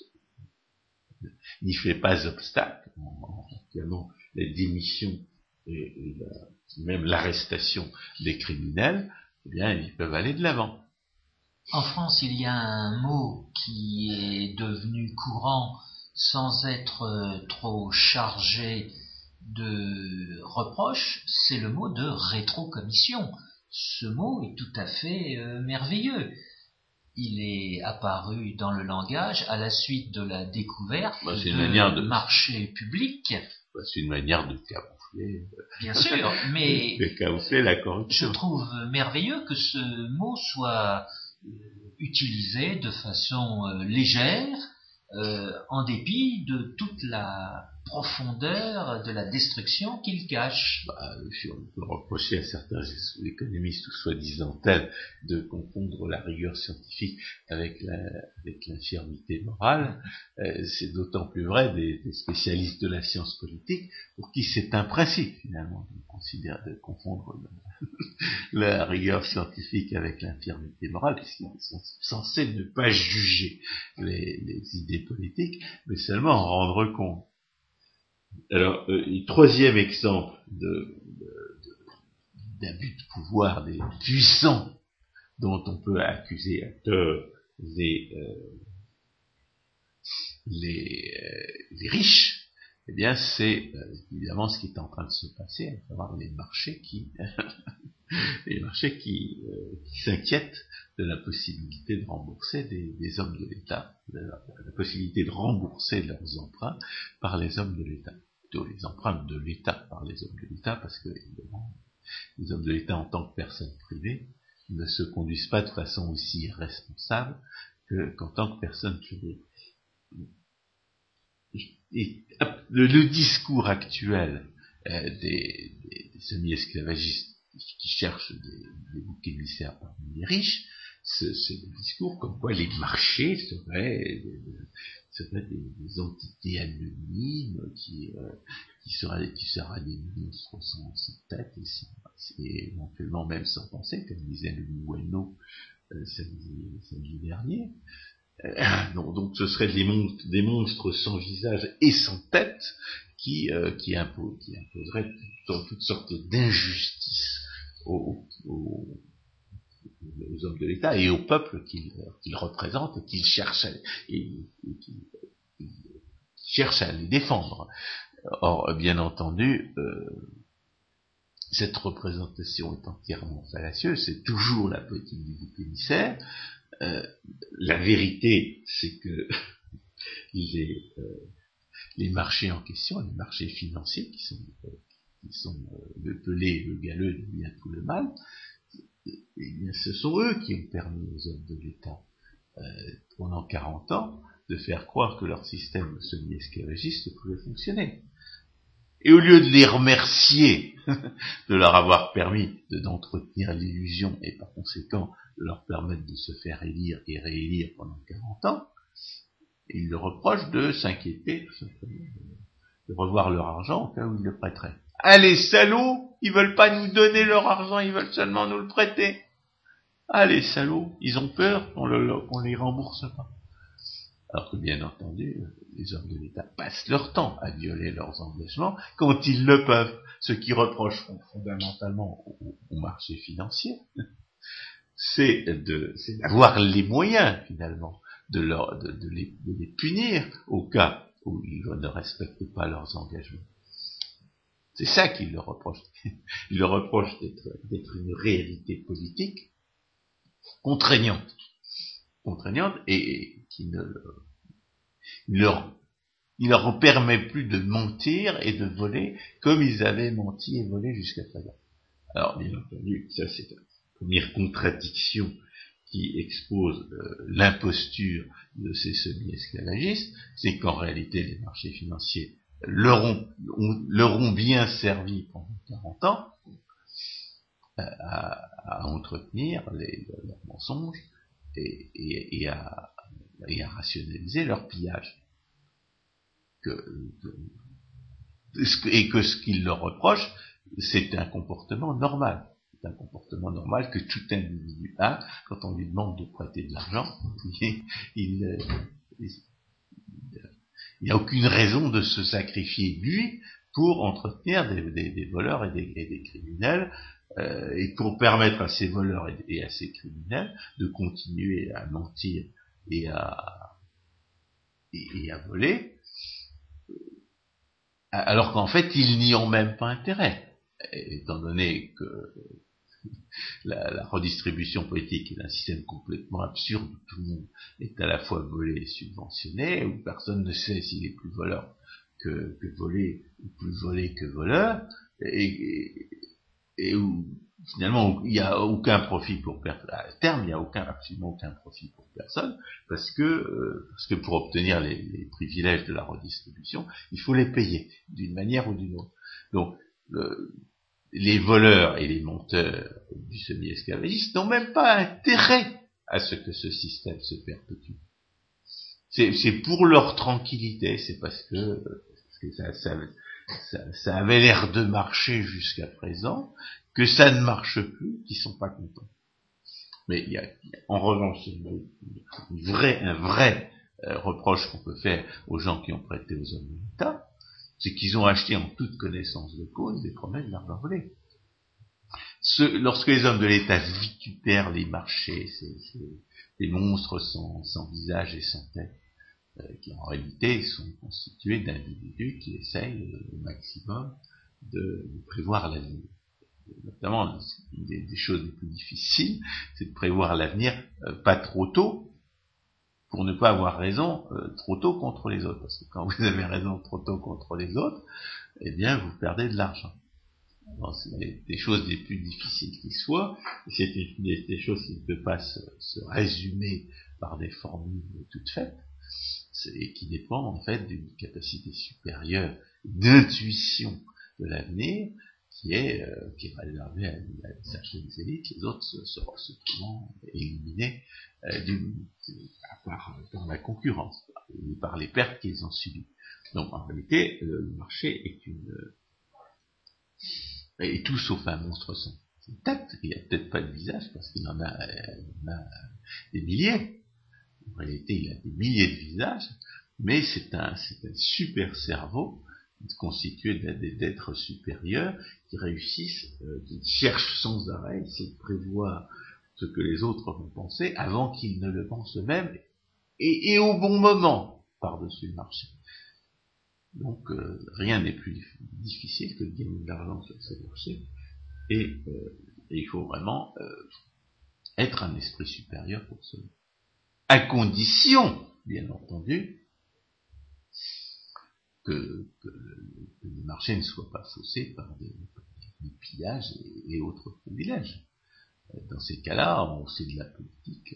ne, n'y fait pas obstacle, en claimant la démission et, et la, même l'arrestation des criminels, eh bien, ils peuvent aller de l'avant. En France, il y a un mot qui est devenu courant sans être euh, trop chargé de reproches, c'est le mot de rétrocommission. Ce mot est tout à fait euh, merveilleux. Il est apparu dans le langage à la suite de la découverte bah, c'est de, une manière de marchés publics. Bah, c'est une manière de camoufler. Bien sûr, mais de camoufler la corruption. Je trouve merveilleux que ce mot soit euh, utilisé de façon euh, légère, euh, en dépit de toute la profondeur de la destruction qu'il cache. Bah, on peut reprocher à certains économistes ou soi-disant tels de confondre la rigueur scientifique avec, la, avec l'infirmité morale. Euh, c'est d'autant plus vrai des, des spécialistes de la science politique pour qui c'est un principe finalement de considérer, de confondre la, la rigueur scientifique avec l'infirmité morale, puisqu'ils sont censés ne pas juger les, les idées politiques, mais seulement en rendre compte. Alors, euh, troisième exemple de, de, de, d'abus de pouvoir des puissants dont on peut accuser à tort les, euh, les, euh, les riches, eh bien c'est euh, évidemment ce qui est en train de se passer, à savoir les marchés qui les marchés qui, euh, qui s'inquiètent de la possibilité de rembourser des, des hommes de l'État, de la, de la possibilité de rembourser leurs emprunts par les hommes de l'État. Plutôt les emprunts de l'État par les hommes de l'État, parce que évidemment, les hommes de l'État en tant que personnes privées ne se conduisent pas de façon aussi irresponsable que, qu'en tant que personnes privées. Et le, le discours actuel euh, des, des, des semi-esclavagistes qui cherchent des, des boucs émissaires parmi les riches, ce, ce discours comme quoi les marchés seraient, seraient des, des entités anonymes qui, euh, qui seraient, qui seraient des monstres sans, sans tête et, sans, et éventuellement même sans pensée, comme disait le Bueno euh, samedi, samedi dernier. Euh, donc, donc ce seraient des monstres, des monstres sans visage et sans tête qui, euh, qui, impo, qui imposeraient toutes, toutes sortes d'injustices aux, aux, aux hommes de l'État et au peuple qu'ils qu'ils représentent et qu'ils cherchent à, et, et qu'ils, qu'ils cherchent à les défendre. Or, bien entendu, euh, cette représentation est entièrement fallacieuse, c'est toujours la politique du bouc émissaire. Euh, la vérité, c'est que les, euh, les marchés en question, les marchés financiers, qui sont, euh, qui sont euh, le pelé, le galeux de bien tout le mal, eh bien, ce sont eux qui ont permis aux hommes de l'État, euh, pendant quarante ans, de faire croire que leur système semi-esclavagiste pouvait fonctionner. Et au lieu de les remercier de leur avoir permis de, d'entretenir l'illusion et par conséquent de leur permettre de se faire élire et réélire pendant quarante ans, ils leur reprochent de s'inquiéter, de revoir leur argent au cas où ils le prêteraient. Ah, les salauds, ils veulent pas nous donner leur argent, ils veulent seulement nous le prêter. Ah, les salauds, ils ont peur qu'on, le, qu'on les rembourse pas. Alors que, bien entendu, les hommes de l'État passent leur temps à violer leurs engagements quand ils le peuvent. Ce qu'ils reprochent fondamentalement au, au marché financier, c'est, de, c'est d'avoir les moyens, finalement, de, leur, de, de, les, de les punir au cas où ils ne respectent pas leurs engagements. C'est ça qu'ils leur reprochent. Ils leur reprochent d'être, d'être une réalité politique contraignante. Contraignante et qui ne leur, il leur permet plus de mentir et de voler comme ils avaient menti et volé jusqu'à présent. Alors, bien entendu, ça c'est la première contradiction qui expose euh, l'imposture de ces semi-esclavagistes, c'est qu'en réalité les marchés financiers leur ont, ont, leur ont bien servi pendant quarante ans euh, à, à entretenir les, leurs mensonges et, et, et, à, et à rationaliser leur pillage. Que, que, et que ce qu'ils leur reprochent, c'est un comportement normal. C'est un comportement normal que tout individu a quand on lui demande de prêter de l'argent. Il, il, il, il n'y a aucune raison de se sacrifier lui pour entretenir des, des, des voleurs et des, et des criminels euh, et pour permettre à ces voleurs et, et à ces criminels de continuer à mentir et à, et, et à voler, alors qu'en fait ils n'y ont même pas intérêt, étant donné que la, la redistribution politique est un système complètement absurde où tout le monde est à la fois volé et subventionné, où personne ne sait s'il est plus voleur que, que volé ou plus volé que voleur, et, et, et où finalement il n'y a aucun profit pour personne. À terme, il n'y a aucun, absolument aucun profit pour personne, parce que euh, parce que pour obtenir les, les privilèges de la redistribution, il faut les payer d'une manière ou d'une autre. Donc le, les voleurs et les monteurs du semi-esclavagisme n'ont même pas intérêt à ce que ce système se perpétue. C'est, c'est pour leur tranquillité, c'est parce que, parce que ça, ça, ça, ça avait l'air de marcher jusqu'à présent, que ça ne marche plus, qu'ils sont pas contents. Mais il y a, en revanche, une, une vraie, un vrai euh, reproche qu'on peut faire aux gens qui ont prêté aux hommes de l'État, c'est qu'ils ont acheté en toute connaissance de cause des promesses d'argent volé. Ce, lorsque les hommes de l'État vitupèrent les marchés, ces, ces, ces monstres sans, sans visage et sans tête, euh, qui en réalité sont constitués d'individus qui essayent euh, au maximum de, de prévoir l'avenir. Notamment, une des, des choses les plus difficiles, c'est de prévoir l'avenir euh, pas trop tôt, pour ne pas avoir raison euh, trop tôt contre les autres. Parce que quand vous avez raison trop tôt contre les autres, eh bien, vous perdez de l'argent. Alors, c'est des, des choses les plus difficiles qui soient, c'est des, des, des choses qui ne peuvent pas se, se résumer par des formules toutes faites, et qui dépendent en fait d'une capacité supérieure d'intuition de l'avenir, qui est, euh, qui est réservé à, à certaines élites, les autres se, se, se trouvant éliminés euh, d'une, par, par la concurrence, et par les pertes qu'ils ont subies. Donc en réalité, le, le marché est une est tout sauf un monstre sans tête. Il n'y a peut-être pas de visage parce qu'il en a, il en a des milliers. En réalité, il a des milliers de visages, mais c'est un, c'est un super cerveau constitué d'êtres supérieurs qui réussissent, euh, qui cherchent sans arrêt, essaient de prévoir ce que les autres vont penser avant qu'ils ne le pensent eux-mêmes, et, et au bon moment, par-dessus le marché. Donc, euh, rien n'est plus difficile que de gagner de l'argent sur ce marché, et, euh, et il faut vraiment euh, être un esprit supérieur pour cela. À condition, bien entendu, que, que, que le marché ne soit pas faussé par des, des pillages et, et autres privilèges. Dans ces cas-là, on fait de la politique.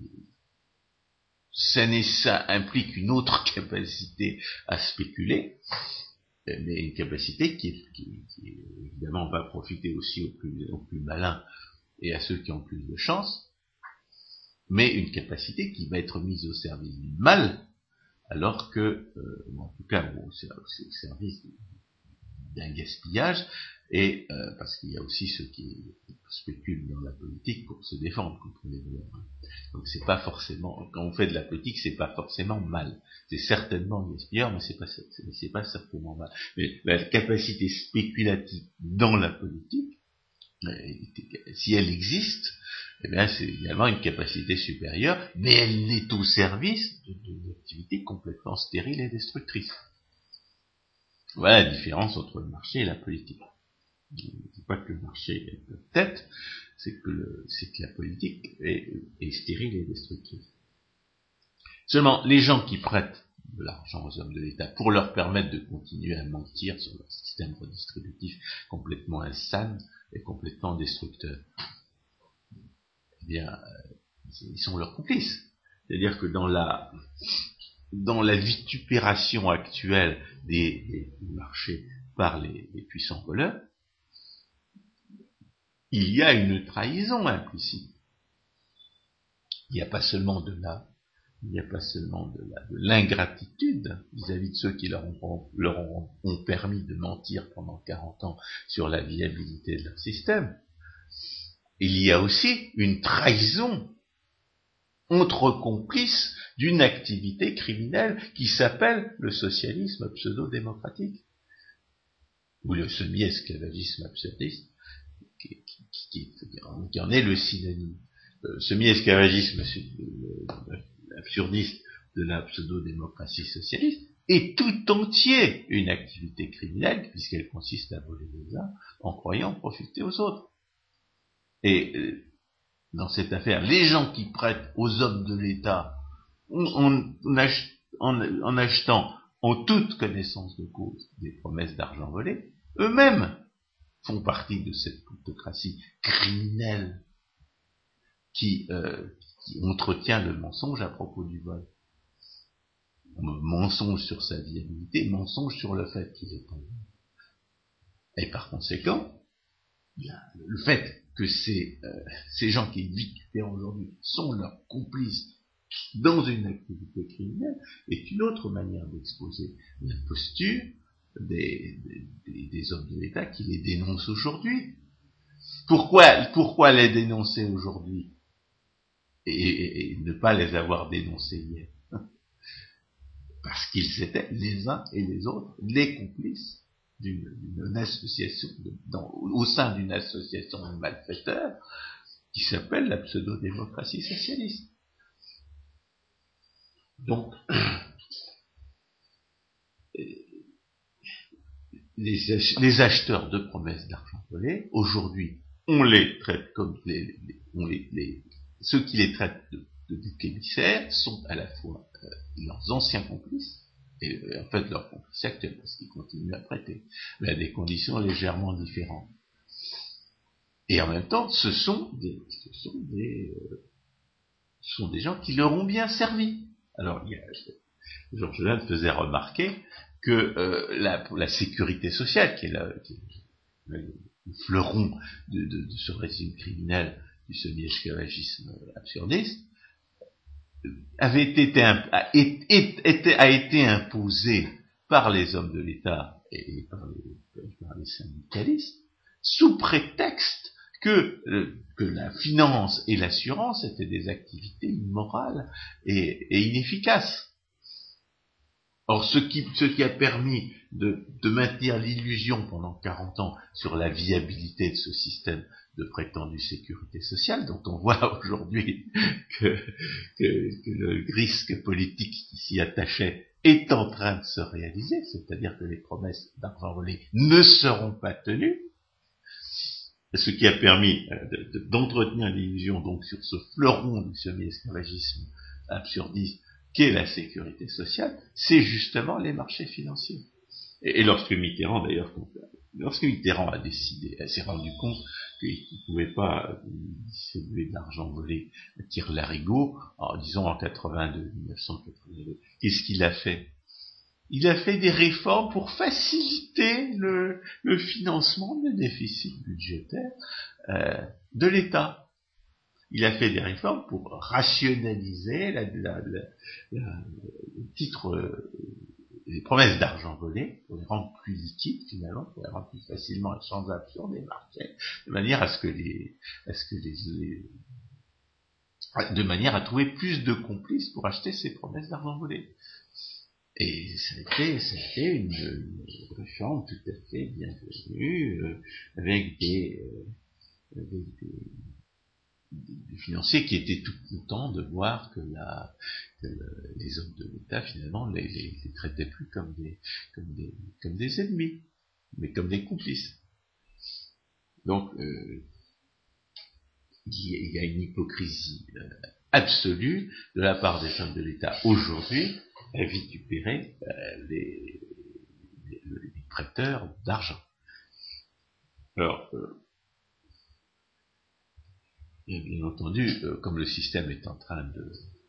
Ça, ça implique une autre capacité à spéculer, mais une capacité qui, qui, qui évidemment va profiter aussi aux plus, aux plus malins et à ceux qui ont plus de chance, mais une capacité qui va être mise au service du mal, alors que, euh, en tout cas, au, au service d'un gaspillage, et euh, parce qu'il y a aussi ceux qui spéculent dans la politique pour se défendre contre les voleurs. Donc c'est pas forcément, quand on fait de la politique, c'est pas forcément mal. C'est certainement gaspilleur, mais c'est pas, c'est, c'est pas certainement mal. Mais la capacité spéculative dans la politique, si elle existe, eh bien c'est également une capacité supérieure, mais elle est au service d'une activité complètement stérile et destructrice. Voilà la différence entre le marché et la politique. Je ne dis pas que le marché est peut-être, c'est que, le, c'est que la politique est, est stérile et destructrice. Seulement, les gens qui prêtent de l'argent aux hommes de l'État pour leur permettre de continuer à mentir sur leur système redistributif complètement insane et complètement destructeur, eh bien, ils sont leurs complices. C'est-à-dire que dans la, dans la vitupération actuelle des, des, des marchés par les, les puissants voleurs, il y a une trahison implicite. Il n'y a pas seulement de la, il n'y a pas seulement de, la, de l'ingratitude vis-à-vis de ceux qui leur ont, leur ont, ont permis de mentir pendant quarante ans sur la viabilité de leur système. Il y a aussi une trahison entre complices d'une activité criminelle qui s'appelle le socialisme pseudo-démocratique, ou le semi-esclavagisme absurdiste, qui, qui, qui, qui en est le synonyme. Le semi-esclavagisme absurdiste de la pseudo-démocratie socialiste est tout entier une activité criminelle, puisqu'elle consiste à voler les uns en croyant profiter aux autres. Et euh, dans cette affaire, les gens qui prêtent aux hommes de l'État en, en, ach, en, en achetant en toute connaissance de cause des promesses d'argent volé, eux-mêmes font partie de cette plutocratie criminelle qui, euh, qui entretient le mensonge à propos du vol. Mensonge sur sa viabilité, mensonge sur le fait qu'il est en vie. Et par conséquent, le fait que ces, euh, ces gens qui vitupèrent aujourd'hui sont leurs complices dans une activité criminelle est une autre manière d'exposer la posture des, des, des hommes de l'État qui les dénoncent aujourd'hui. Pourquoi, pourquoi les dénoncer aujourd'hui et, et, et ne pas les avoir dénoncés hier? Parce qu'ils étaient les uns et les autres les complices d'une, d'une association, de, dans, au sein d'une association de malfaiteurs qui s'appelle la pseudo-démocratie socialiste. Donc, les, les acheteurs de promesses d'argent volé, aujourd'hui, on les traite comme les, les, on les, les ceux qui les traitent de, de boucs émissaires sont à la fois euh, leurs anciens complices, et euh, en fait leurs complices actuels, parce qu'ils continuent à prêter, mais à des conditions légèrement différentes. Et en même temps, ce sont des, ce sont des, euh, ce sont des gens qui leur ont bien servi. Alors, il y a, Georges Lannes faisait remarquer que euh, la, la sécurité sociale, qui est, la, qui, le, le fleuron de, de, de ce régime criminel du semi-esclavagisme absurdiste, avait été, a, été, a été imposé par les hommes de l'État et par les, par les syndicalistes, sous prétexte que, que la finance et l'assurance étaient des activités immorales et, et inefficaces. Or, ce qui, ce qui a permis de, de maintenir l'illusion pendant quarante ans sur la viabilité de ce système de prétendue sécurité sociale, dont on voit aujourd'hui que, que, que le risque politique qui s'y attachait est en train de se réaliser, c'est-à-dire que les promesses d'argent volé ne seront pas tenues, ce qui a permis de, de, d'entretenir l'illusion donc sur ce fleuron du semi-esclavagisme absurdiste qu'est la sécurité sociale, c'est justement les marchés financiers. Et, et lorsque Mitterrand, d'ailleurs, lorsque Mitterrand a décidé, elle s'est rendu compte qu'il ne pouvait pas distribuer de l'argent volé à tire-larigot, en disons en quatre-vingt-deux, mille neuf cent quatre-vingt-deux, qu'est-ce qu'il a fait? Il a fait des réformes pour faciliter le, le financement des déficits budgétaires euh, de l'État. Il a fait des réformes pour rationaliser la, la, la, la, le titre, euh, les promesses d'argent volé, pour les rendre plus liquides finalement, pour les rendre plus facilement échangeables sur des marchés, de manière à ce que les, à ce que les, les de manière à trouver plus de complices pour acheter ces promesses d'argent volé. Et ça a été, ça a été une, une réforme tout à fait bienvenue, euh, avec des, euh, avec des des financiers qui étaient tout contents de voir que, la, que le, les hommes de l'État finalement les, les, les traitaient plus comme des, comme des comme des ennemis, mais comme des complices. Donc euh, il y a une hypocrisie euh, absolue de la part des hommes de l'État aujourd'hui à vitupérer euh, les, les, les prêteurs d'argent. Alors euh, Et bien entendu, euh, comme le système est en train de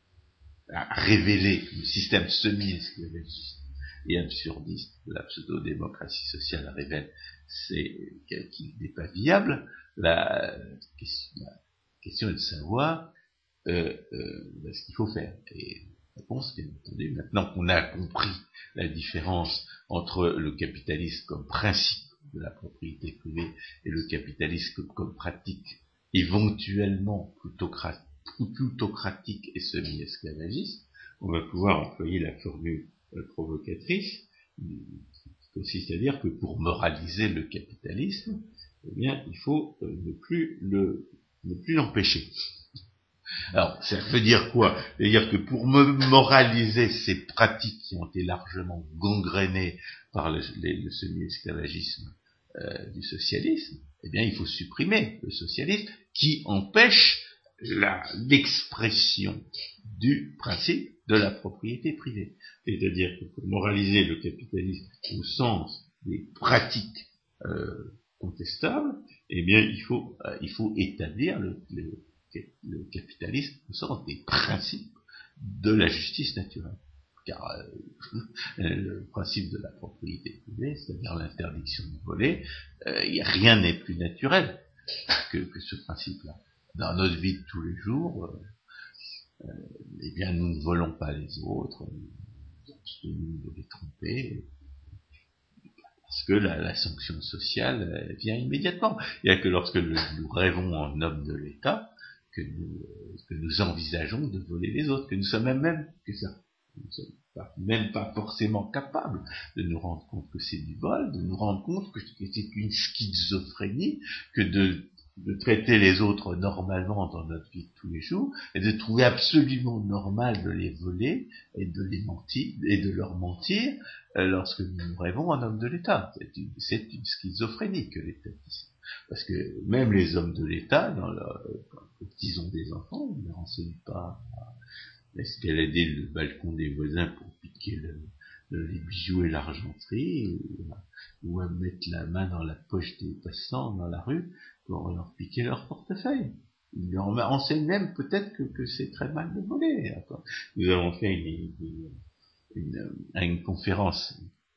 révéler, le système semi-esclavagiste et absurdiste de la pseudo-démocratie sociale révèle c'est, qu'il n'est pas viable, la question, la question est de savoir euh, euh, ce qu'il faut faire. Et la réponse, bien entendu, maintenant qu'on a compris la différence entre le capitalisme comme principe de la propriété privée et le capitalisme comme, comme pratique éventuellement plutocratique et semi-esclavagiste, on va pouvoir employer la formule euh, provocatrice, qui consiste à dire que pour moraliser le capitalisme, eh bien, il faut euh, ne plus le, ne plus l'empêcher. Alors, ça veut dire quoi? C'est-à-dire que pour me moraliser ces pratiques qui ont été largement gangrénées par le, le, le semi-esclavagisme euh, du socialisme, eh bien, il faut supprimer le socialisme qui empêche la, l'expression du principe de la propriété privée. C'est-à-dire que pour moraliser le capitalisme au sens des pratiques euh, contestables, eh bien, il faut, euh, il faut établir le, le, le capitalisme au sens des principes de la justice naturelle. Car euh, le principe de la propriété privée, c'est-à-dire l'interdiction de voler, euh, rien n'est plus naturel que, que ce principe-là. Dans notre vie de tous les jours, euh, euh, eh bien, nous ne volons pas les autres, nous abstenons de les tromper, parce que la, la sanction sociale euh, vient immédiatement. Il n'y a que lorsque le, nous rêvons en homme de l'État que nous, euh, que nous envisageons de voler les autres, que nous sommes même, même que ça. Nous ne sommes pas, même pas forcément capables de nous rendre compte que c'est du vol, de nous rendre compte que c'est une schizophrénie, que de, de traiter les autres normalement dans notre vie de tous les jours, et de trouver absolument normal de les voler, et de les mentir, et de leur mentir, euh, lorsque nous rêvons en homme de l'État. C'est une, c'est une schizophrénie que l'étatisme. Parce que même les hommes de l'État, dans leur, quand ils ont des enfants, ils ne les renseignent pas à escalader le balcon des voisins pour piquer le, le, les bijoux et l'argenterie, ou, ou à mettre la main dans la poche des passants dans la rue pour leur piquer leur portefeuille. Ils leur enseignent même peut-être que, que c'est très mal de voler. Nous avons fait une, une, une, une conférence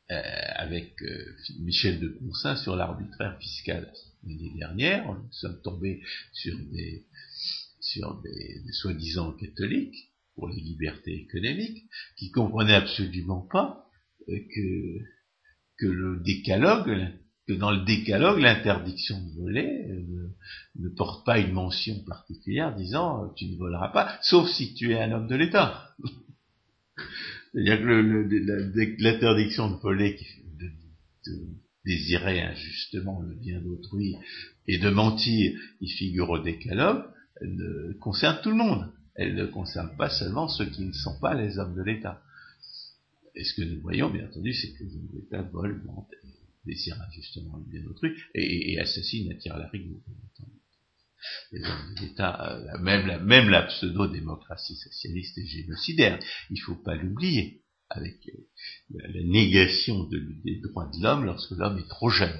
euh, avec euh, Michel de Poncin sur l'arbitraire fiscal l'année dernière. Nous sommes tombés sur des, sur des, des soi-disant catholiques pour les libertés économiques qui comprenaient absolument pas euh, que, que le décalogue, que dans le décalogue, l'interdiction de voler euh, ne porte pas une mention particulière disant euh, tu ne voleras pas, sauf si tu es un homme de l'État. C'est-à-dire que le, le, l'interdiction de voler, de, de désirer injustement le bien d'autrui et de mentir, qui figure au décalogue, ne concerne tout le monde. Elle ne concerne pas seulement ceux qui ne sont pas les hommes de l'État. Et ce que nous voyons, bien entendu, c'est que les hommes de l'État volent, mentent, désirent injustement le bien d'autrui et, et assassinent, attirent la rigueur. Les hommes de l'État, même la, même la pseudo-démocratie socialiste et génocidaire, il ne faut pas l'oublier, avec la, la négation de, des droits de l'homme lorsque l'homme est trop jeune.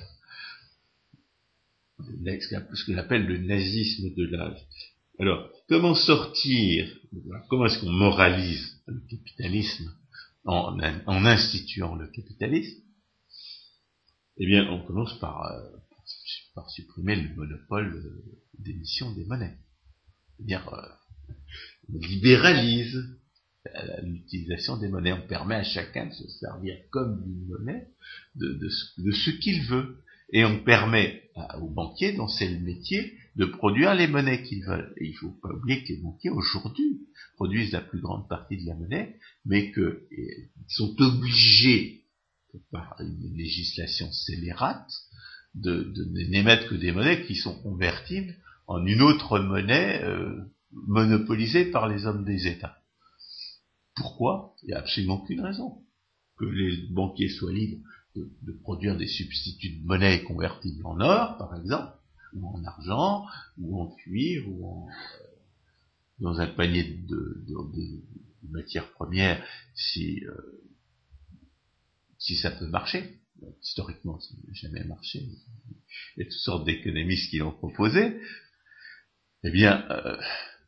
Ce que j'appelle le nazisme de l'âge. Alors, comment sortir, comment est-ce qu'on moralise le capitalisme en, en instituant le capitalisme? Eh bien, on commence par, euh, par supprimer le monopole d'émission des monnaies. C'est-à-dire, euh, on libéralise l'utilisation des monnaies. On permet à chacun de se servir comme d'une monnaie de, de, de ce qu'il veut. Et on permet à, aux banquiers, dont c'est le métier, de produire les monnaies qu'ils veulent. Et il ne faut pas oublier que les banquiers, aujourd'hui, produisent la plus grande partie de la monnaie, mais qu'ils sont obligés, par une législation scélérate, de, de n'émettre que des monnaies qui sont convertibles en une autre monnaie euh, monopolisée par les hommes des États. Pourquoi? Il n'y a absolument aucune raison. Que les banquiers soient libres de, de produire des substituts de monnaie convertibles en or, par exemple, ou en argent, ou en cuivre, ou en, euh, dans un panier de, de, de, de matières premières, si, euh, si ça peut marcher. Historiquement, ça n'a jamais marché. Il y a toutes sortes d'économistes qui l'ont proposé. Eh bien, euh,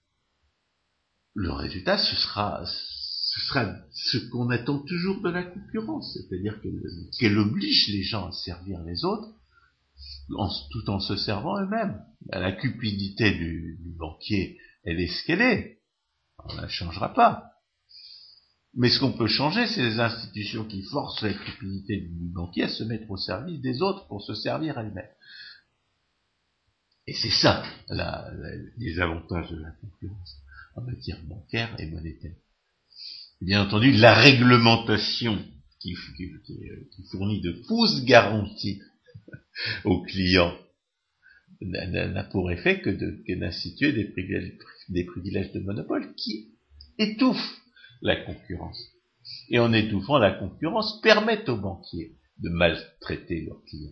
le résultat, ce sera, ce sera ce qu'on attend toujours de la concurrence, c'est-à-dire qu'elle oblige les gens à servir les autres, en, tout en se servant eux-mêmes. La cupidité du, du banquier, elle est ce qu'elle est. On ne la changera pas. Mais ce qu'on peut changer, c'est les institutions qui forcent la cupidité du banquier à se mettre au service des autres pour se servir elles-mêmes. Et c'est ça, la, la, les avantages de la concurrence en matière bancaire et monétaire. Bien entendu, la réglementation qui, qui, qui fournit de fausses garanties aux clients n'a pour effet que, de, que d'instituer des privilèges, des privilèges de monopole qui étouffent la concurrence. Et en étouffant la concurrence, permettent aux banquiers de maltraiter leurs clients.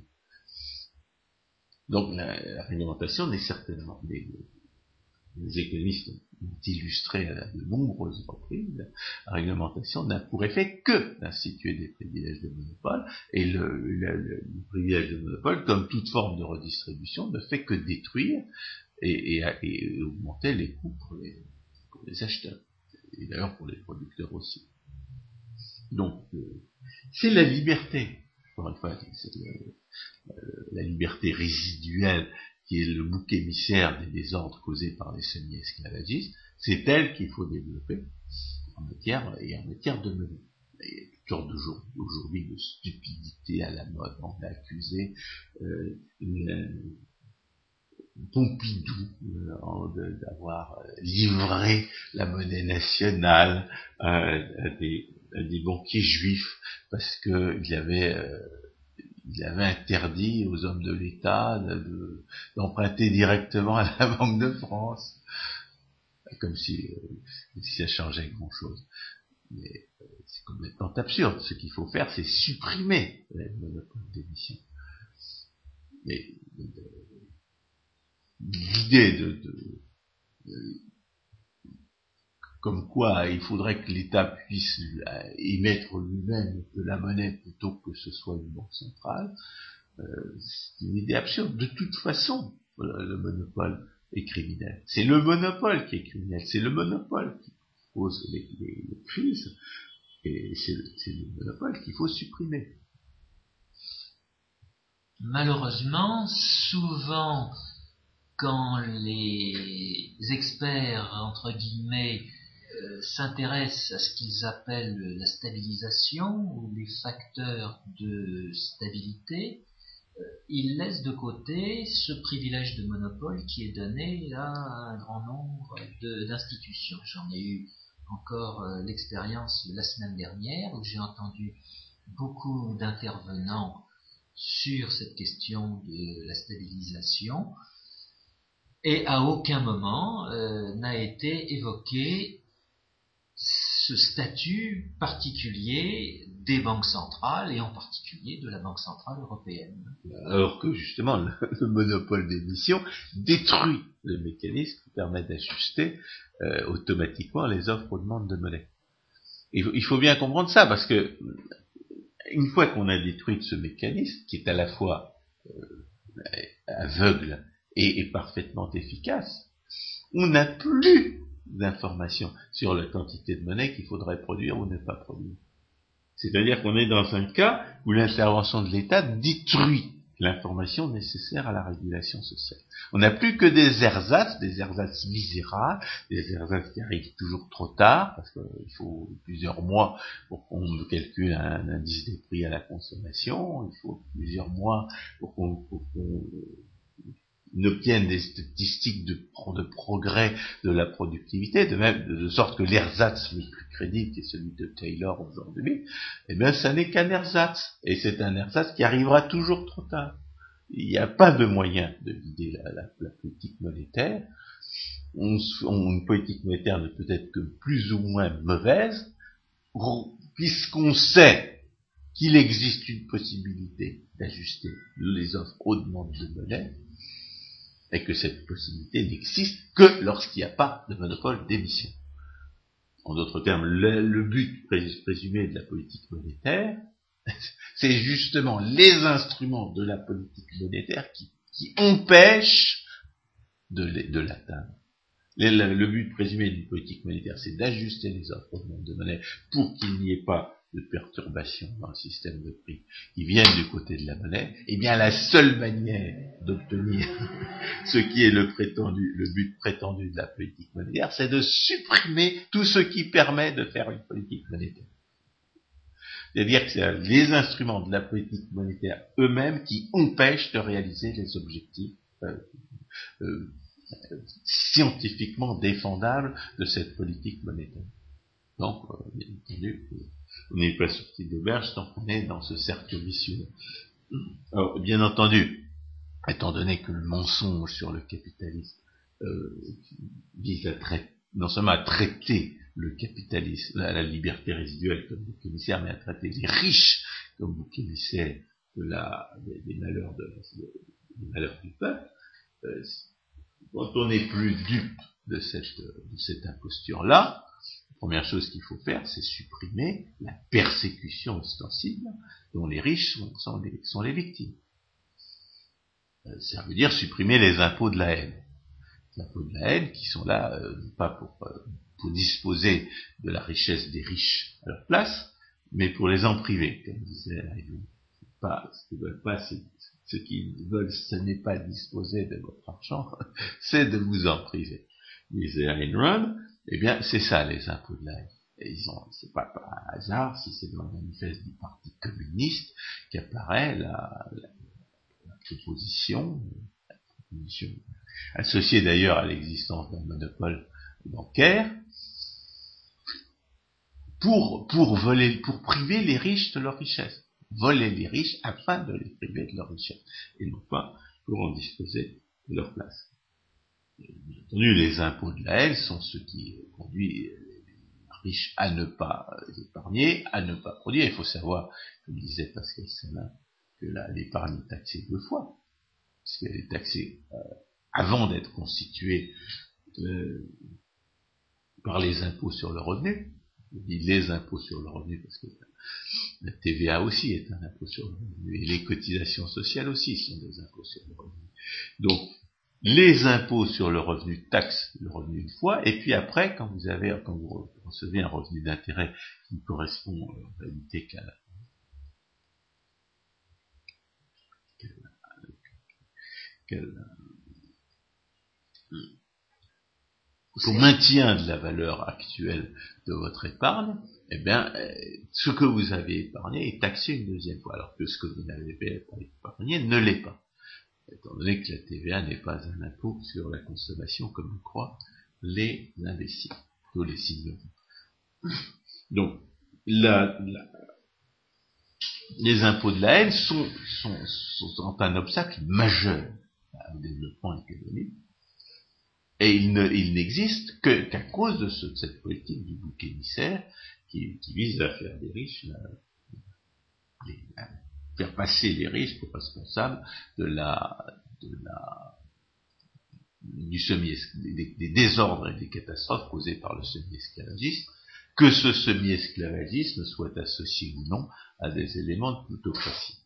Donc la, la réglementation n'est certainement, les, les économistes ont illustré à de nombreuses reprises, la réglementation n'a pour effet que d'instituer des privilèges de monopole, et le, le, le, le privilège de monopole, comme toute forme de redistribution, ne fait que détruire et, et, et augmenter les coûts pour les, pour les acheteurs, et d'ailleurs pour les producteurs aussi. Donc, euh, c'est la liberté, encore une fois, c'est la, la liberté résiduelle qui est le bouc émissaire des désordres causés par les semi-esclavagistes, c'est elle qu'il faut développer en matière, et en matière de monnaie. Il y a toutes sortes de jours, aujourd'hui de stupidité à la mode, on a accusé euh, une, Pompidou euh, d'avoir livré la monnaie nationale euh, à, des, à des banquiers juifs parce qu'il avait euh, il avait interdit aux hommes de l'État de, de, d'emprunter directement à la Banque de France, comme si, euh, si ça changeait grand-chose. Mais euh, c'est complètement absurde. Ce qu'il faut faire, c'est supprimer le monopole d'émission. Mais euh, l'idée de, de, de comme quoi il faudrait que l'État puisse émettre lui-même de la monnaie plutôt que ce soit une banque centrale, euh, c'est une idée absurde. De toute façon, le, le monopole est criminel. C'est le monopole qui est criminel. C'est le monopole qui cause les, les, les crises. Et c'est, c'est le monopole qu'il faut supprimer. malheureusement, souvent, quand les experts, entre guillemets, euh, s'intéressent à ce qu'ils appellent la stabilisation ou les facteurs de stabilité, euh, ils laissent de côté ce privilège de monopole qui est donné à un grand nombre de, d'institutions. J'en ai eu encore euh, l'expérience la semaine dernière où j'ai entendu beaucoup d'intervenants sur cette question de la stabilisation et à aucun moment euh, n'a été évoqué ce statut particulier des banques centrales et en particulier de la Banque centrale européenne. Alors que justement le, le monopole d'émission détruit le mécanisme qui permet d'ajuster euh, automatiquement les offres aux demandes de monnaie. Il faut, il faut bien comprendre ça parce que une fois qu'on a détruit ce mécanisme qui est à la fois euh, aveugle et, et parfaitement efficace, on n'a plus d'informations sur la quantité de monnaie qu'il faudrait produire ou ne pas produire. C'est-à-dire qu'on est dans un cas où l'intervention de l'État détruit l'information nécessaire à la régulation sociale. On n'a plus que des ersatz, des ersatz misérables, des ersatz qui arrivent toujours trop tard, parce qu'il faut plusieurs mois pour qu'on calcule un indice des prix à la consommation, il faut plusieurs mois pour qu'on, pour qu'on obtienne des statistiques de, de progrès de la productivité, de même de sorte que l'ersatz le plus crédible, qui est celui de Taylor aujourd'hui, eh bien ça n'est qu'un ersatz, et c'est un ersatz qui arrivera toujours trop tard. Il n'y a pas de moyen de guider la, la, la politique monétaire. On, on, une politique monétaire ne peut être que plus ou moins mauvaise, puisqu'on sait qu'il existe une possibilité d'ajuster les offres aux demandes de monnaie, et que cette possibilité n'existe que lorsqu'il n'y a pas de monopole d'émission. En d'autres termes, le, le but présumé de la politique monétaire, c'est justement les instruments de la politique monétaire qui, qui empêchent de, de l'atteindre. Le, le but présumé d'une politique monétaire, c'est d'ajuster les offres au monde de monnaie pour qu'il n'y ait pas de perturbations dans le système de prix qui viennent du côté de la monnaie. Eh bien, la seule manière d'obtenir ce qui est le prétendu, le but prétendu de la politique monétaire, c'est de supprimer tout ce qui permet de faire une politique monétaire. C'est-à-dire que c'est les instruments de la politique monétaire eux-mêmes qui empêchent de réaliser les objectifs euh, euh, scientifiquement défendables de cette politique monétaire. Donc, euh, bien entendu, on n'est pas sorti d'auberge tant qu'on est dans ce cercle vicieux. Alors, bien entendu, étant donné que le mensonge sur le capitalisme euh, vise à traiter, non seulement à traiter le capitalisme, la, la liberté résiduelle comme bouc émissaire, mais à traiter les riches comme bouc émissaire de la, des, des malheurs de, de, des malheurs du peuple, euh, quand on n'est plus dupe de cette, de cette imposture-là, la première chose qu'il faut faire, c'est supprimer la persécution ostensible dont les riches sont, sont, les, sont les victimes. Euh, ça veut dire supprimer les impôts de la haine. Les impôts de la haine qui sont là, euh, pas pour, euh, pour disposer de la richesse des riches à leur place, mais pour les en priver, comme disait Ayn Pas, ce qu'ils veulent pas, c'est, ce qu'ils veulent, ce n'est pas disposer de votre argent, c'est de vous en priver. Disait Ayn Rand, eh bien, c'est ça, les impôts de la haine. Et ils ont, c'est pas par hasard, si c'est dans le manifeste du Parti communiste qu'apparaît la, la, la proposition, la proposition, associée d'ailleurs à l'existence d'un monopole bancaire, pour, pour voler, pour priver les riches de leur richesse. Voler les riches afin de les priver de leur richesse, et non pas pour en disposer de leur place. Et bien entendu, les impôts de la haine sont ceux qui conduisent les riches à ne pas épargner, à ne pas produire. Il faut savoir, comme disait Pascal Salin, que là, l'épargne est taxée deux fois, puisqu'elle est taxée euh, avant d'être constituée euh, par les impôts sur le revenu. Je dis les impôts sur le revenu parce que la T V A aussi est un impôt sur le revenu, et les cotisations sociales aussi sont des impôts sur le revenu. Donc, les impôts sur le revenu taxent le revenu une fois, et puis après, quand vous avez, quand vous recevez un revenu d'intérêt qui ne correspond en réalité qu'à la, qu'elle, qu'au maintien de la valeur actuelle de votre épargne, eh bien, ce que vous avez épargné est taxé une deuxième fois, alors que ce que vous n'avez pas épargné ne l'est pas, étant donné que la T V A n'est pas un impôt sur la consommation comme le croient les imbéciles, ou les ignorants. Donc, la, la, les impôts de la haine sont, sont, sont un obstacle majeur au développement économique, et il, ne, il n'existe que, qu'à cause de, ce, de cette politique du bouc émissaire qui, qui vise à faire des riches, à, les, à faire passer les riches pour responsables de la, de la, du semi des, des désordres et des catastrophes causées par le semi-esclavagisme, que ce semi-esclavagisme soit associé ou non à des éléments de plutocratie.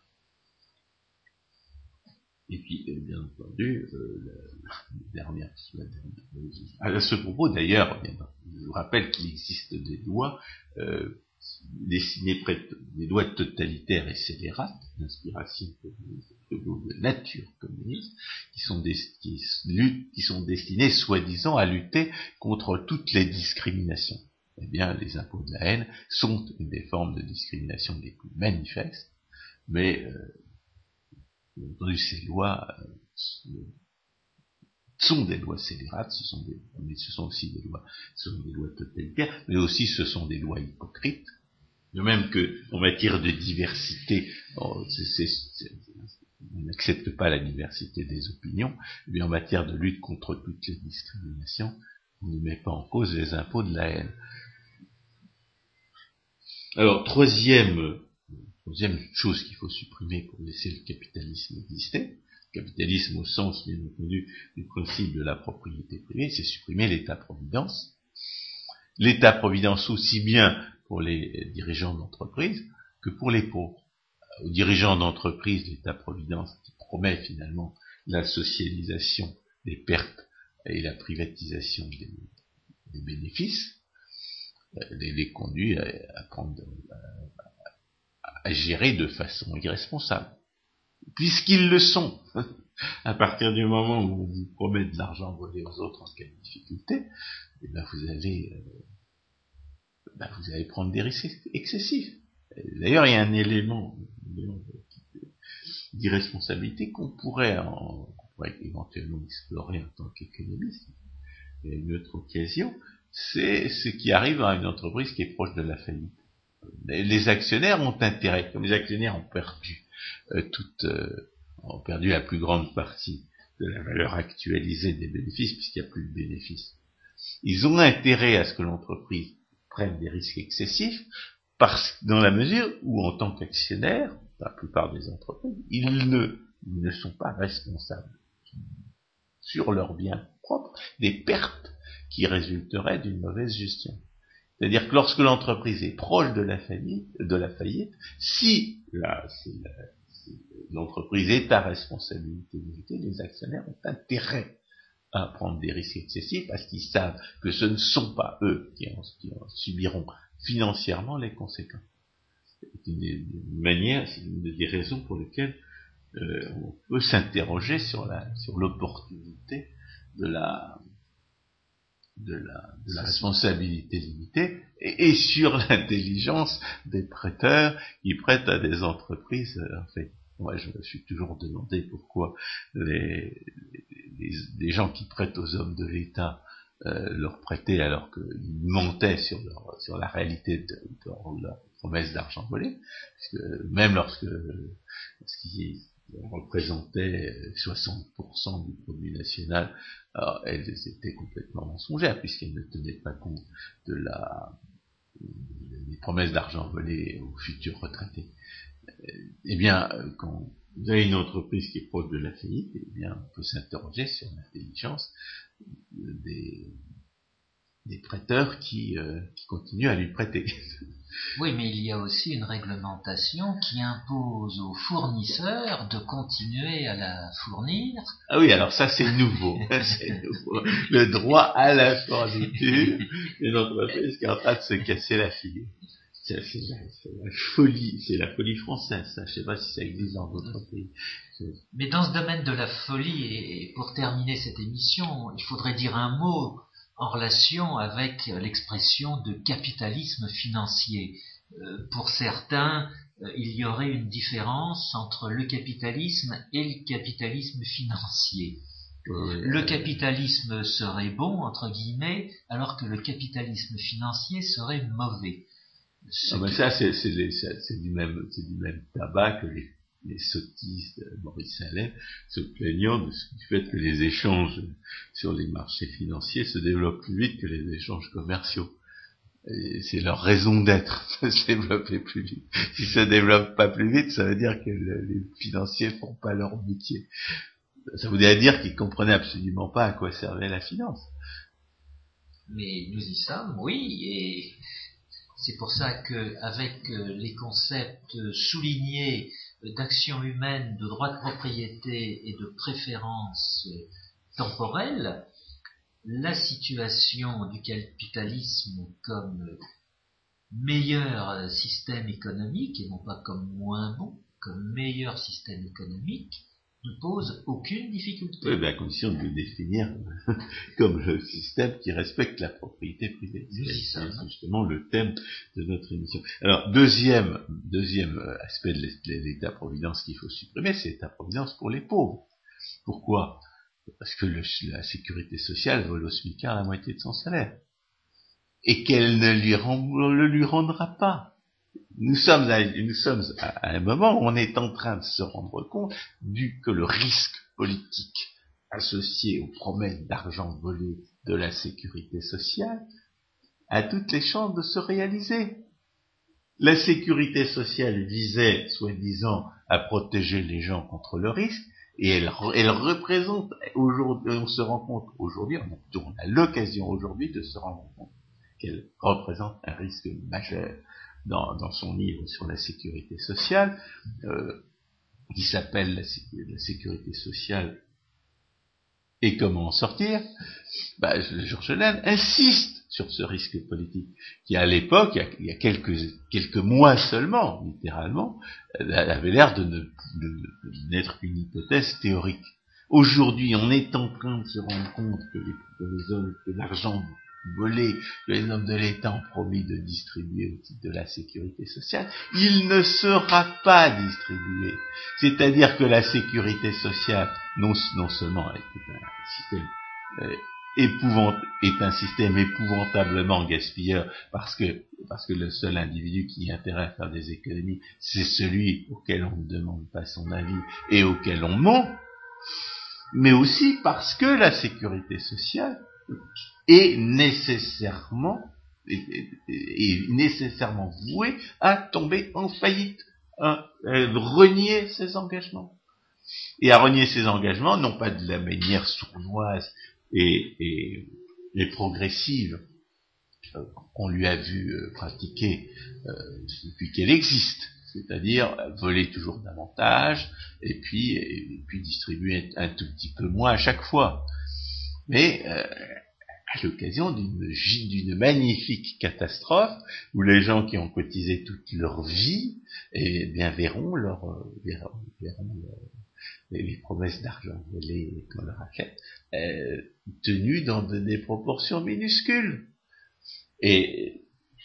Et puis, bien entendu, euh, la, la dernière, la dernière, à ce propos, d'ailleurs, je vous rappelle qu'il existe des lois euh, destinées près des lois totalitaires et scélérates, d'inspiration communiste, de nature communiste, qui sont, des, qui, lutte, qui sont destinées, soi-disant, à lutter contre toutes les discriminations. Eh bien, les impôts de la haine sont une des formes de discrimination les plus manifestes, mais euh, bien entendu, ces lois euh, sont des lois scélérates, ce sont des, mais ce sont aussi des lois, ce sont des lois totalitaires, mais aussi ce sont des lois hypocrites. De même que, en matière de diversité, oh, c'est, c'est, c'est, on n'accepte pas la diversité des opinions, mais en matière de lutte contre toutes les discriminations, on ne met pas en cause les impôts de la haine. Alors, troisième, troisième chose qu'il faut supprimer pour laisser le capitalisme exister, le capitalisme au sens, bien entendu, du principe de la propriété privée, c'est supprimer l'État-providence. L'État-providence aussi bien pour les dirigeants d'entreprise que pour les pauvres. Aux dirigeants d'entreprise, l'État-providence qui promet finalement la socialisation des pertes et la privatisation des, des bénéfices, les, les conduit à, à prendre, à, à gérer de façon irresponsable. Puisqu'ils le sont, à partir du moment où on vous promet de l'argent volé aux autres en cas de difficulté, eh ben vous allez, euh, ben vous allez prendre des risques excessifs. D'ailleurs, il y a un élément d'irresponsabilité qu'on pourrait, en, qu'on pourrait éventuellement explorer en tant qu'économiste, à une autre occasion, c'est ce qui arrive à une entreprise qui est proche de la faillite. Les actionnaires ont intérêt, comme les actionnaires ont perdu euh, toute, euh, ont perdu la plus grande partie de la valeur actualisée des bénéfices, puisqu'il n'y a plus de bénéfices. Ils ont intérêt à ce que l'entreprise prenne des risques excessifs, parce dans la mesure où, en tant qu'actionnaires, la plupart des entreprises, ils ne, ils ne sont pas responsables sur leurs biens propres des pertes qui résulteraient d'une mauvaise gestion. C'est-à-dire que lorsque l'entreprise est proche de la faillite, de la faillite, si la, si la, si l'entreprise est à responsabilité limitée, les actionnaires ont intérêt à prendre des risques excessifs parce qu'ils savent que ce ne sont pas eux qui en, qui en subiront financièrement les conséquences. C'est une, une manière, c'est une des raisons pour lesquelles euh, on peut s'interroger sur la, sur l'opportunité de la De la, de la responsabilité limitée et, et sur l'intelligence des prêteurs qui prêtent à des entreprises. En fait, moi, je me suis toujours demandé pourquoi les, les, les gens qui prêtent aux hommes de l'État euh, leur prêtaient alors qu'ils mentaient sur, leur, sur la réalité de, de, de leur promesse d'argent volé, puisque même lorsque, lorsqu'ils représentaient soixante pour cent du produit national, alors elles étaient complètement mensongères puisqu'elles ne tenaient pas compte de la des promesses d'argent volé aux futurs retraités. Eh bien, quand vous avez une entreprise qui est proche de la faillite, eh bien, on peut s'interroger sur l'intelligence des, des prêteurs qui, euh, qui continuent à lui prêter. Oui, mais il y a aussi une réglementation qui impose aux fournisseurs de continuer à la fournir. Ah oui, alors ça c'est nouveau. c'est nouveau. Le droit à la fourniture d'une entreprise qui est en train de se casser la figure. C'est, c'est, la, c'est la folie, c'est la folie française, ça. Je sais pas si ça existe dans d'autres pays. C'est... Mais dans ce domaine de la folie, et pour terminer cette émission, il faudrait dire un mot en relation avec l'expression de capitalisme financier. Euh, pour certains, euh, il y aurait une différence entre le capitalisme et le capitalisme financier. Euh, le capitalisme serait bon, entre guillemets, alors que le capitalisme financier serait mauvais. Ah ben ça, c'est, c'est, les, c'est, c'est, du même, c'est du même tabac que les, les sottistes de Maurice Allais se plaignant de ce, du fait que les échanges sur les marchés financiers se développent plus vite que les échanges commerciaux. Et c'est leur raison d'être, de se développer plus vite. S'ils se développent pas plus vite, ça veut dire que le, les financiers font pas leur métier. Ça voudrait dire qu'ils comprenaient absolument pas à quoi servait la finance. Mais nous y sommes, oui, et c'est pour ça qu'avec les concepts soulignés d'action humaine, de droit de propriété et de préférence temporelle, la situation du capitalisme comme meilleur système économique, et non pas comme moins bon, comme meilleur système économique, ne pose aucune difficulté. Oui, ben à condition de le définir comme le système qui respecte la propriété privée. C'est, c'est justement le thème de notre émission. Alors, deuxième, deuxième aspect de l'État-providence qu'il faut supprimer, c'est l'État-providence pour les pauvres. Pourquoi ? Parce que le, la sécurité sociale vole au smicard la moitié de son salaire. Et qu'elle ne lui rend, le lui rendra pas. Nous sommes, à, nous sommes à un moment où on est en train de se rendre compte du que le risque politique associé aux promesses d'argent volé de la sécurité sociale a toutes les chances de se réaliser. La sécurité sociale visait, soi-disant, à protéger les gens contre le risque, et elle, elle représente, aujourd'hui, on se rend compte aujourd'hui, on a, on a l'occasion aujourd'hui de se rendre compte qu'elle représente un risque majeur. Dans, dans son livre sur la sécurité sociale, euh, qui s'appelle la, la sécurité sociale et comment en sortir, bah, Georges Lannes insiste sur ce risque politique, qui à l'époque, il y a, il y a quelques, quelques mois seulement, littéralement, avait l'air de, ne, de, de n'être qu'une hypothèse théorique. Aujourd'hui, on est en train de se rendre compte que, les, que, les hommes, que l'argent volé, que les hommes de l'État ont promis de distribuer au titre de la sécurité sociale, il ne sera pas distribué. C'est-à-dire que la sécurité sociale, non, non seulement est un système euh, épouvant, est un système épouvantablement gaspilleur, parce que, parce que le seul individu qui a intérêt à faire des économies, c'est celui auquel on ne demande pas son avis et auquel on ment, mais aussi parce que la sécurité sociale est nécessairement, est, est, est nécessairement vouée à tomber en faillite, à, à renier ses engagements. Et à renier ses engagements, non pas de la manière sournoise et, et, et progressive euh, qu'on lui a vu euh, pratiquer euh, depuis qu'elle existe, c'est-à-dire voler toujours davantage et puis, et puis distribuer un tout petit peu moins à chaque fois. Mais euh, à l'occasion d'une, d'une magnifique catastrophe où les gens qui ont cotisé toute leur vie eh bien verront leur verront, verront leur, les, les promesses d'argent volées qu'on leur a faites euh, tenues dans de, des proportions minuscules. Et,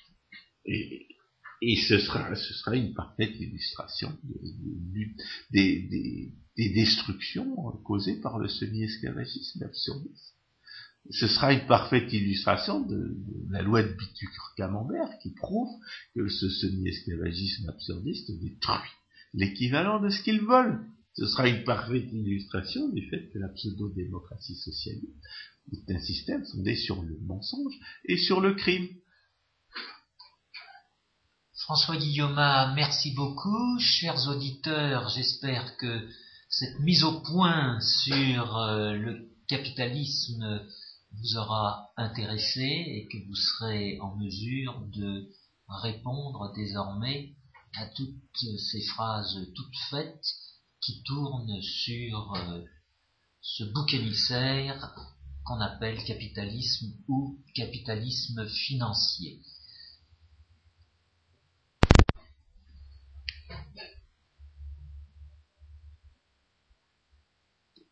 et, et ce sera ce sera une parfaite illustration de, de, de, des, des, des destructions causées par le semi-esclavagisme absurdiste. Ce sera une parfaite illustration de, de la loi de Bitur-Camembert qui prouve que ce semi-esclavagisme absurdiste détruit l'équivalent de ce qu'il vole. Ce sera une parfaite illustration du fait que la pseudo-démocratie socialiste est un système fondé sur le mensonge et sur le crime. François Guillaumat, merci beaucoup. Chers auditeurs, j'espère que cette mise au point sur euh, le capitalisme vous aura intéressé et que vous serez en mesure de répondre désormais à toutes ces phrases toutes faites qui tournent sur euh, ce bouc émissaire qu'on appelle capitalisme ou capitalisme financier.